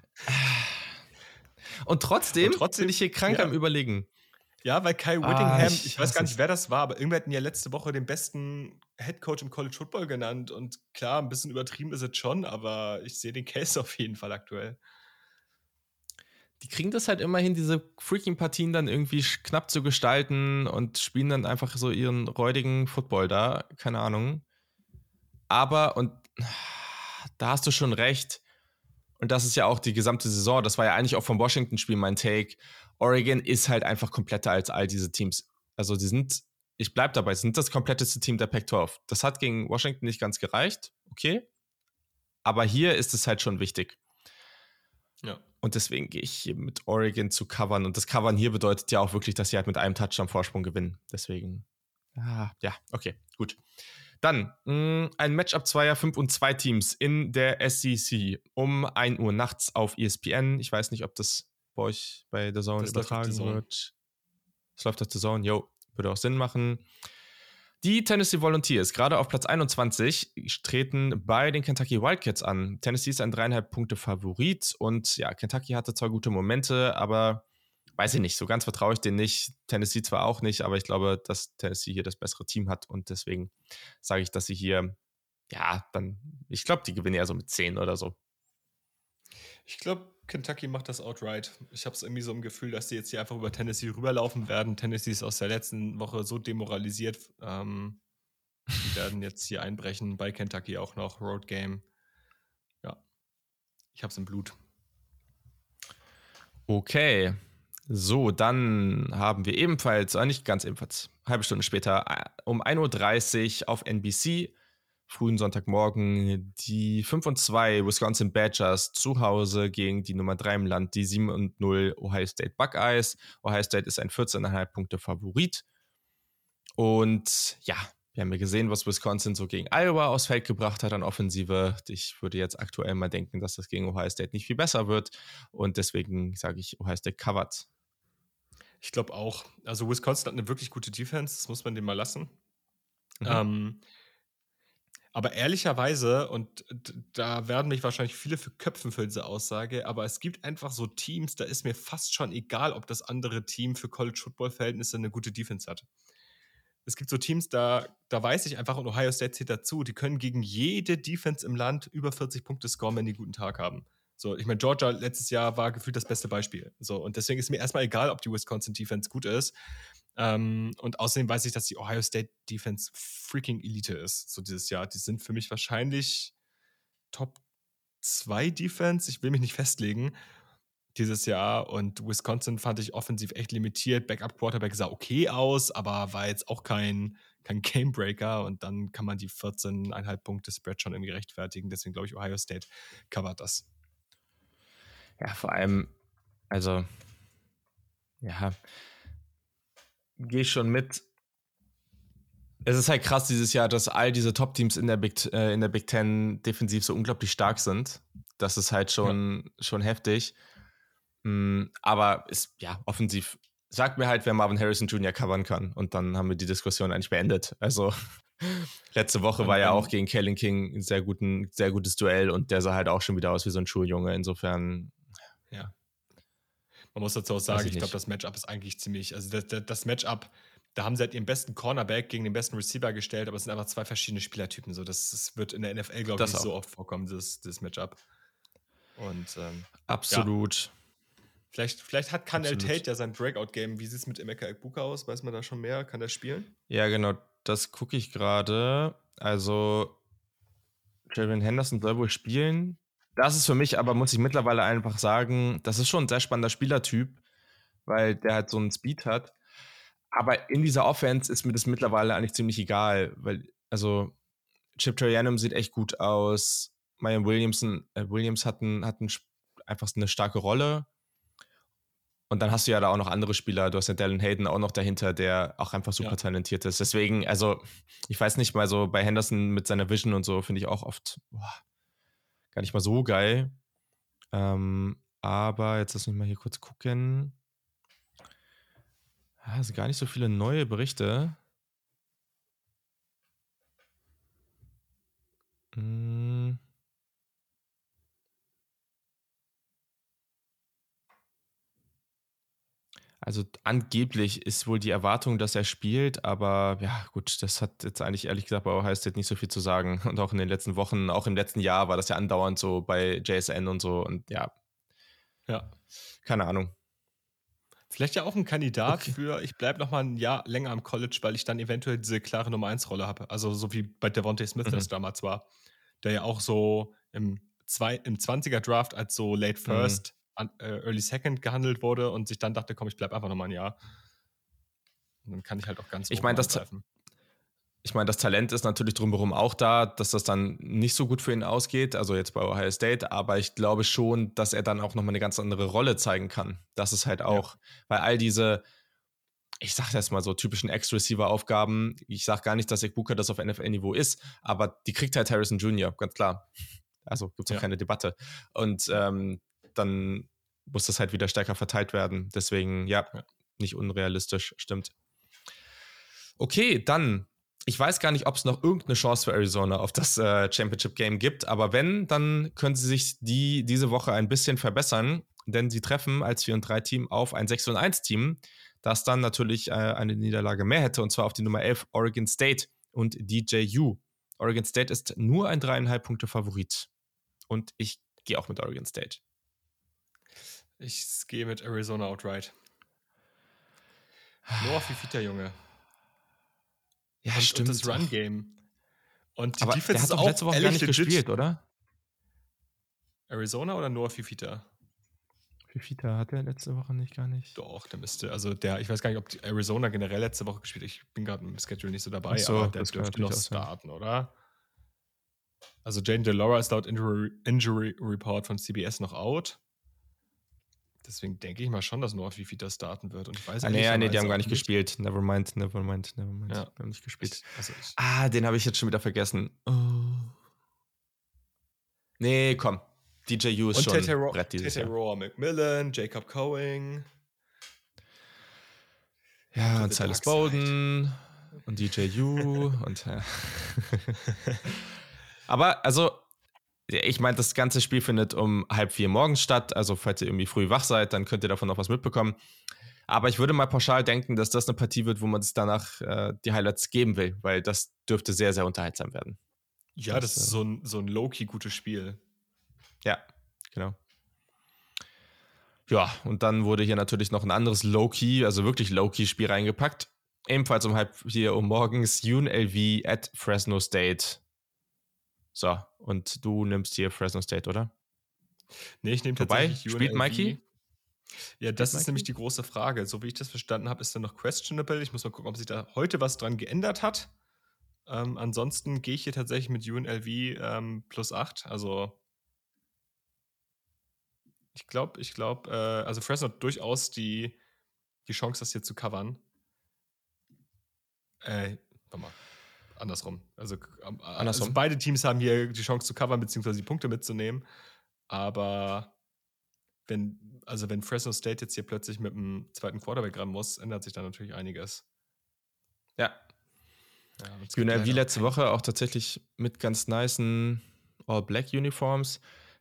und trotzdem bin ich hier krank am Überlegen. Ja, weil Kyle Whittingham, ich weiß gar nicht, wer das war, aber irgendwer hat ihn ja letzte Woche den besten Headcoach im College Football genannt. Und klar, ein bisschen übertrieben ist es schon, aber ich sehe den Case auf jeden Fall aktuell. Die kriegen das halt immerhin, diese freaking Partien dann irgendwie knapp zu gestalten und spielen dann einfach so ihren räudigen Football da. Keine Ahnung. Aber, und da hast du schon recht, und das ist ja auch die gesamte Saison, das war ja eigentlich auch vom Washington-Spiel mein Take, Oregon ist halt einfach kompletter als all diese Teams. Also ich bleib dabei, sie sind das kompletteste Team der Pac-12. Das hat gegen Washington nicht ganz gereicht, okay. Aber hier ist es halt schon wichtig. Ja. Und deswegen gehe ich hier mit Oregon zu covern. Und das Covern hier bedeutet ja auch wirklich, dass sie halt mit einem Touchdown Vorsprung gewinnen. Deswegen, ja, okay, gut. Dann ein Matchup zweier 5 und 2 Teams in der SEC um 1 Uhr nachts auf ESPN. Ich weiß nicht, ob das bei euch bei The Zone übertragen wird. Es läuft auf The Zone, würde auch Sinn machen. Die Tennessee Volunteers, gerade auf Platz 21, treten bei den Kentucky Wildcats an. Tennessee ist ein 3,5 Punkte Favorit und ja, Kentucky hatte zwar gute Momente, aber weiß ich nicht, so ganz vertraue ich denen nicht. Tennessee zwar auch nicht, aber ich glaube, dass Tennessee hier das bessere Team hat und deswegen sage ich, dass sie hier, ich glaube, die gewinnen eher so mit 10 oder so. Ich glaube, Kentucky macht das outright. Ich habe es irgendwie so im Gefühl, dass die jetzt hier einfach über Tennessee rüberlaufen werden. Tennessee ist aus der letzten Woche so demoralisiert. Die werden jetzt hier einbrechen. Bei Kentucky auch noch. Road Game. Ja, ich habe es im Blut. Okay. So, dann haben wir ebenfalls, nicht ganz ebenfalls, halbe Stunde später, um 1:30 Uhr auf NBC, frühen Sonntagmorgen, die 5-2 Wisconsin Badgers zu Hause gegen die Nummer 3 im Land, die 7-0 Ohio State Buckeyes. Ohio State ist ein 14,5 Punkte Favorit. Und ja, wir haben ja gesehen, was Wisconsin so gegen Iowa aufs Feld gebracht hat an Offensive. Ich würde jetzt aktuell mal denken, dass das gegen Ohio State nicht viel besser wird. Und deswegen sage ich, Ohio State covert. Ich glaube auch. Also Wisconsin hat eine wirklich gute Defense. Das muss man dem mal lassen. Aber ehrlicherweise, und da werden mich wahrscheinlich viele für köpfen für diese Aussage, aber es gibt einfach so Teams, da ist mir fast schon egal, ob das andere Team für College-Football-Verhältnisse eine gute Defense hat. Es gibt so Teams, da weiß ich einfach, und Ohio State zählt dazu, die können gegen jede Defense im Land über 40 Punkte scoren, wenn die einen guten Tag haben. So, ich meine, Georgia letztes Jahr war gefühlt das beste Beispiel. So, und deswegen ist mir erstmal egal, ob die Wisconsin-Defense gut ist. Und außerdem weiß ich, dass die Ohio State Defense freaking Elite ist, so dieses Jahr. Die sind für mich wahrscheinlich Top 2 Defense. Ich will mich nicht festlegen dieses Jahr. Und Wisconsin fand ich offensiv echt limitiert. Backup-Quarterback sah okay aus, aber war jetzt auch kein Gamebreaker. Und dann kann man die 14,5 Punkte Spread schon irgendwie rechtfertigen. Deswegen glaube ich, Ohio State covert das. Ja, vor allem, also, ja, gehe ich schon mit. Es ist halt krass dieses Jahr, dass all diese Top-Teams in der Big Ten defensiv so unglaublich stark sind. Das ist halt schon heftig. Aber ist, offensiv, sagt mir halt, wer Marvin Harrison Jr. covern kann. Und dann haben wir die Diskussion eigentlich beendet. Also, letzte Woche war ja auch gegen Kellen King ein sehr gutes Duell und der sah halt auch schon wieder aus wie so ein Schuljunge. Insofern, ja. Man muss dazu auch sagen, ich glaube, das Matchup ist eigentlich ziemlich, also das Matchup, da haben sie halt ihren besten Cornerback gegen den besten Receiver gestellt, aber es sind einfach zwei verschiedene Spielertypen. So, das wird in der NFL, glaube ich, nicht so oft vorkommen, das Matchup. Und absolut. Ja. Vielleicht kann El Tate ja sein Breakout-Game. Wie sieht es mit Emeka Egbuka aus? Weiß man da schon mehr? Kann der spielen? Ja, genau. Das gucke ich gerade. Also, Trayvon Henderson soll wohl spielen. Das ist für mich aber, muss ich mittlerweile einfach sagen, das ist schon ein sehr spannender Spielertyp, weil der halt so einen Speed hat. Aber in dieser Offense ist mir das mittlerweile eigentlich ziemlich egal, weil, also, Chip Trayanum sieht echt gut aus. Mayan Williams hatten einfach eine starke Rolle. Und dann hast du ja da auch noch andere Spieler. Du hast ja Dallin Hayden auch noch dahinter, der auch einfach super talentiert ist. Deswegen, also, ich weiß nicht mal so, bei Henderson mit seiner Vision und so finde ich auch oft gar nicht mal so geil. Aber jetzt lass mich mal hier kurz gucken. Ja, es sind gar nicht so viele neue Berichte. Also angeblich ist wohl die Erwartung, dass er spielt, aber ja gut, das hat jetzt eigentlich ehrlich gesagt bei Ohio State nicht so viel zu sagen. Und auch in den letzten Wochen, auch im letzten Jahr war das ja andauernd so bei JSN und so und ja. Keine Ahnung. Vielleicht ja auch ein Kandidat für, ich bleibe noch mal ein Jahr länger am College, weil ich dann eventuell diese klare Nummer 1 Rolle habe. Also so wie bei Devontae Smith das damals war, der ja auch so im 20er Draft als so Late First, Early Second gehandelt wurde und sich dann dachte, komm, ich bleibe einfach noch mal ein Jahr. Und dann kann ich halt auch ganz Ich meine, das Talent ist natürlich drumherum auch da, dass das dann nicht so gut für ihn ausgeht, also jetzt bei Ohio State, aber ich glaube schon, dass er dann auch nochmal eine ganz andere Rolle zeigen kann. Das ist halt auch, weil all diese, ich sag das mal so, typischen Ex-Receiver-Aufgaben, ich sag gar nicht, dass Egbuka das auf NFL-Niveau ist, aber die kriegt halt Harrison Jr., ganz klar. Also gibt es auch keine Debatte. Und dann muss das halt wieder stärker verteilt werden. Deswegen, nicht unrealistisch, stimmt. Okay, dann ich weiß gar nicht, ob es noch irgendeine Chance für Arizona auf das Championship-Game gibt, aber wenn, dann können sie sich diese Woche ein bisschen verbessern. denn sie treffen als 4-3-Team auf ein 6-1-Team, das dann natürlich eine Niederlage mehr hätte, und zwar auf die Nummer 11 Oregon State und DJU. Oregon State ist nur ein 3,5 Punkte Favorit. Und ich gehe auch mit Oregon State. Ich gehe mit Arizona outright. Noah Fifita, Junge. Ja, und stimmt. Und das Run-Game. Und die aber Defense der hat ist doch auch letzte Woche gar nicht gespielt, oder? Arizona oder Noah Fifita? Fifita hat er letzte Woche gar nicht. Doch, der müsste, ich weiß gar nicht, ob die Arizona generell letzte Woche gespielt hat. Ich bin gerade im Schedule nicht so dabei, so, aber der dürfte noch starten, oder? Also Jane DeLaura ist laut Injury Report von CBS noch out. Deswegen denke ich mal schon, dass Noah Fifita starten wird. Und ich weiß nee, die haben gar nicht gespielt. Nevermind. Ja. Die haben nicht gespielt. Den habe ich jetzt schon wieder vergessen. Oh. Nee, komm. DJU ist und schon Brett dieses Jahr. Roa McMillan, Jacob Cowing. Ja, und Silas Bowden und DJU und aber, also, ich meine, das ganze Spiel findet um 3:30 morgens statt, also falls ihr irgendwie früh wach seid, dann könnt ihr davon noch was mitbekommen. Aber ich würde mal pauschal denken, dass das eine Partie wird, wo man sich danach die Highlights geben will, weil das dürfte sehr, sehr unterhaltsam werden. Ja, das ist so ein low-key gutes Spiel. Ja, genau. Ja, und dann wurde hier natürlich noch ein anderes Low-Key, also wirklich Low-Key-Spiel reingepackt. Ebenfalls um 3:30 morgens UNLV at Fresno State. So, und du nimmst hier Fresno State, oder? Nee, ich nehme tatsächlich UNLV. Spielt Mikey? Ja, das ist nämlich die große Frage. So wie ich das verstanden habe, ist er noch questionable. Ich muss mal gucken, ob sich da heute was dran geändert hat. Ansonsten gehe ich hier tatsächlich mit UNLV +8. Also ich glaube, also Fresno hat durchaus die Chance, das hier zu covern. Warte mal. Andersrum. Also beide Teams haben hier die Chance zu covern, beziehungsweise die Punkte mitzunehmen. Aber wenn Fresno State jetzt hier plötzlich mit dem zweiten Quarterback ran muss, ändert sich da natürlich einiges. Ja. UNLV letzte Woche auch tatsächlich mit ganz nicen All-Black-Uniforms.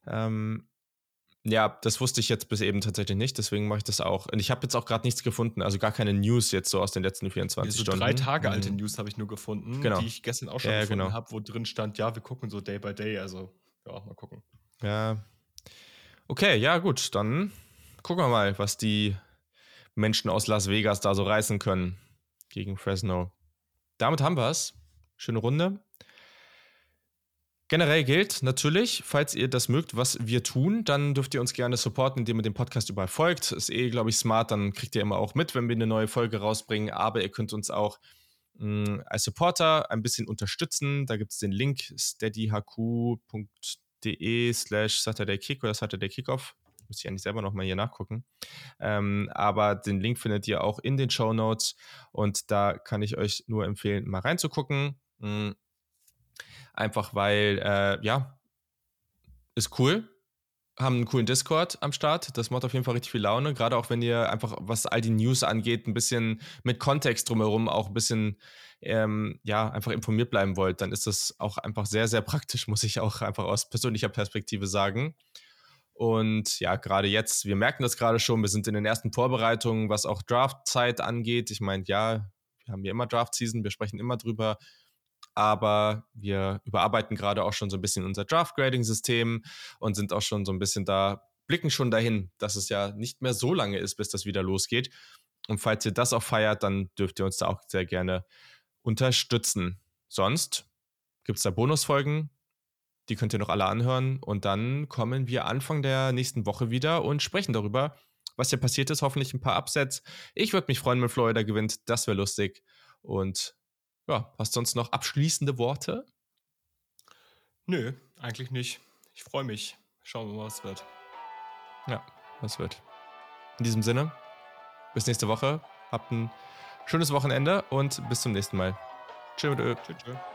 Ja, das wusste ich jetzt bis eben tatsächlich nicht, deswegen mache ich das auch. Und ich habe jetzt auch gerade nichts gefunden, also gar keine News jetzt so aus den letzten 24 Stunden. 3 Tage alte News habe ich nur gefunden, die ich gestern auch schon gefunden habe, wo drin stand, ja, wir gucken so Day by Day, also ja, mal gucken. Ja. Okay, ja gut, dann gucken wir mal, was die Menschen aus Las Vegas da so reißen können gegen Fresno. Damit haben wir es. Schöne Runde. Generell gilt natürlich, falls ihr das mögt, was wir tun, dann dürft ihr uns gerne supporten, indem ihr dem Podcast überall folgt. Ist glaube ich, smart, dann kriegt ihr immer auch mit, wenn wir eine neue Folge rausbringen. Aber ihr könnt uns auch als Supporter ein bisschen unterstützen. Da gibt es den Link steadyhq.de/SaturdayKick oder Saturday Kickoff. Müsste ich eigentlich selber nochmal hier nachgucken. Aber den Link findet ihr auch in den Shownotes und da kann ich euch nur empfehlen, mal reinzugucken. Einfach weil, ist cool. Haben einen coolen Discord am Start. Das macht auf jeden Fall richtig viel Laune. Gerade auch, wenn ihr einfach, was all die News angeht, ein bisschen mit Kontext drumherum auch ein bisschen, einfach informiert bleiben wollt, dann ist das auch einfach sehr, sehr praktisch, muss ich auch einfach aus persönlicher Perspektive sagen. Und ja, gerade jetzt, wir merken das gerade schon, wir sind in den ersten Vorbereitungen, was auch Draftzeit angeht. Ich meine, ja, wir haben ja immer Draft-Season, wir sprechen immer drüber, aber wir überarbeiten gerade auch schon so ein bisschen unser Draft-Grading-System und sind auch schon so ein bisschen blicken schon dahin, dass es ja nicht mehr so lange ist, bis das wieder losgeht. Und falls ihr das auch feiert, dann dürft ihr uns da auch sehr gerne unterstützen. Sonst gibt es da Bonusfolgen, die könnt ihr noch alle anhören und dann kommen wir Anfang der nächsten Woche wieder und sprechen darüber, was hier passiert ist. Hoffentlich ein paar Upsets. Ich würde mich freuen, wenn Florida gewinnt. Das wäre lustig. Und ja, hast du sonst noch abschließende Worte? Nö, eigentlich nicht. Ich freue mich. Schauen wir mal, was wird. Ja, was wird. In diesem Sinne, bis nächste Woche. Habt ein schönes Wochenende und bis zum nächsten Mal. Tschüss. Tschüss.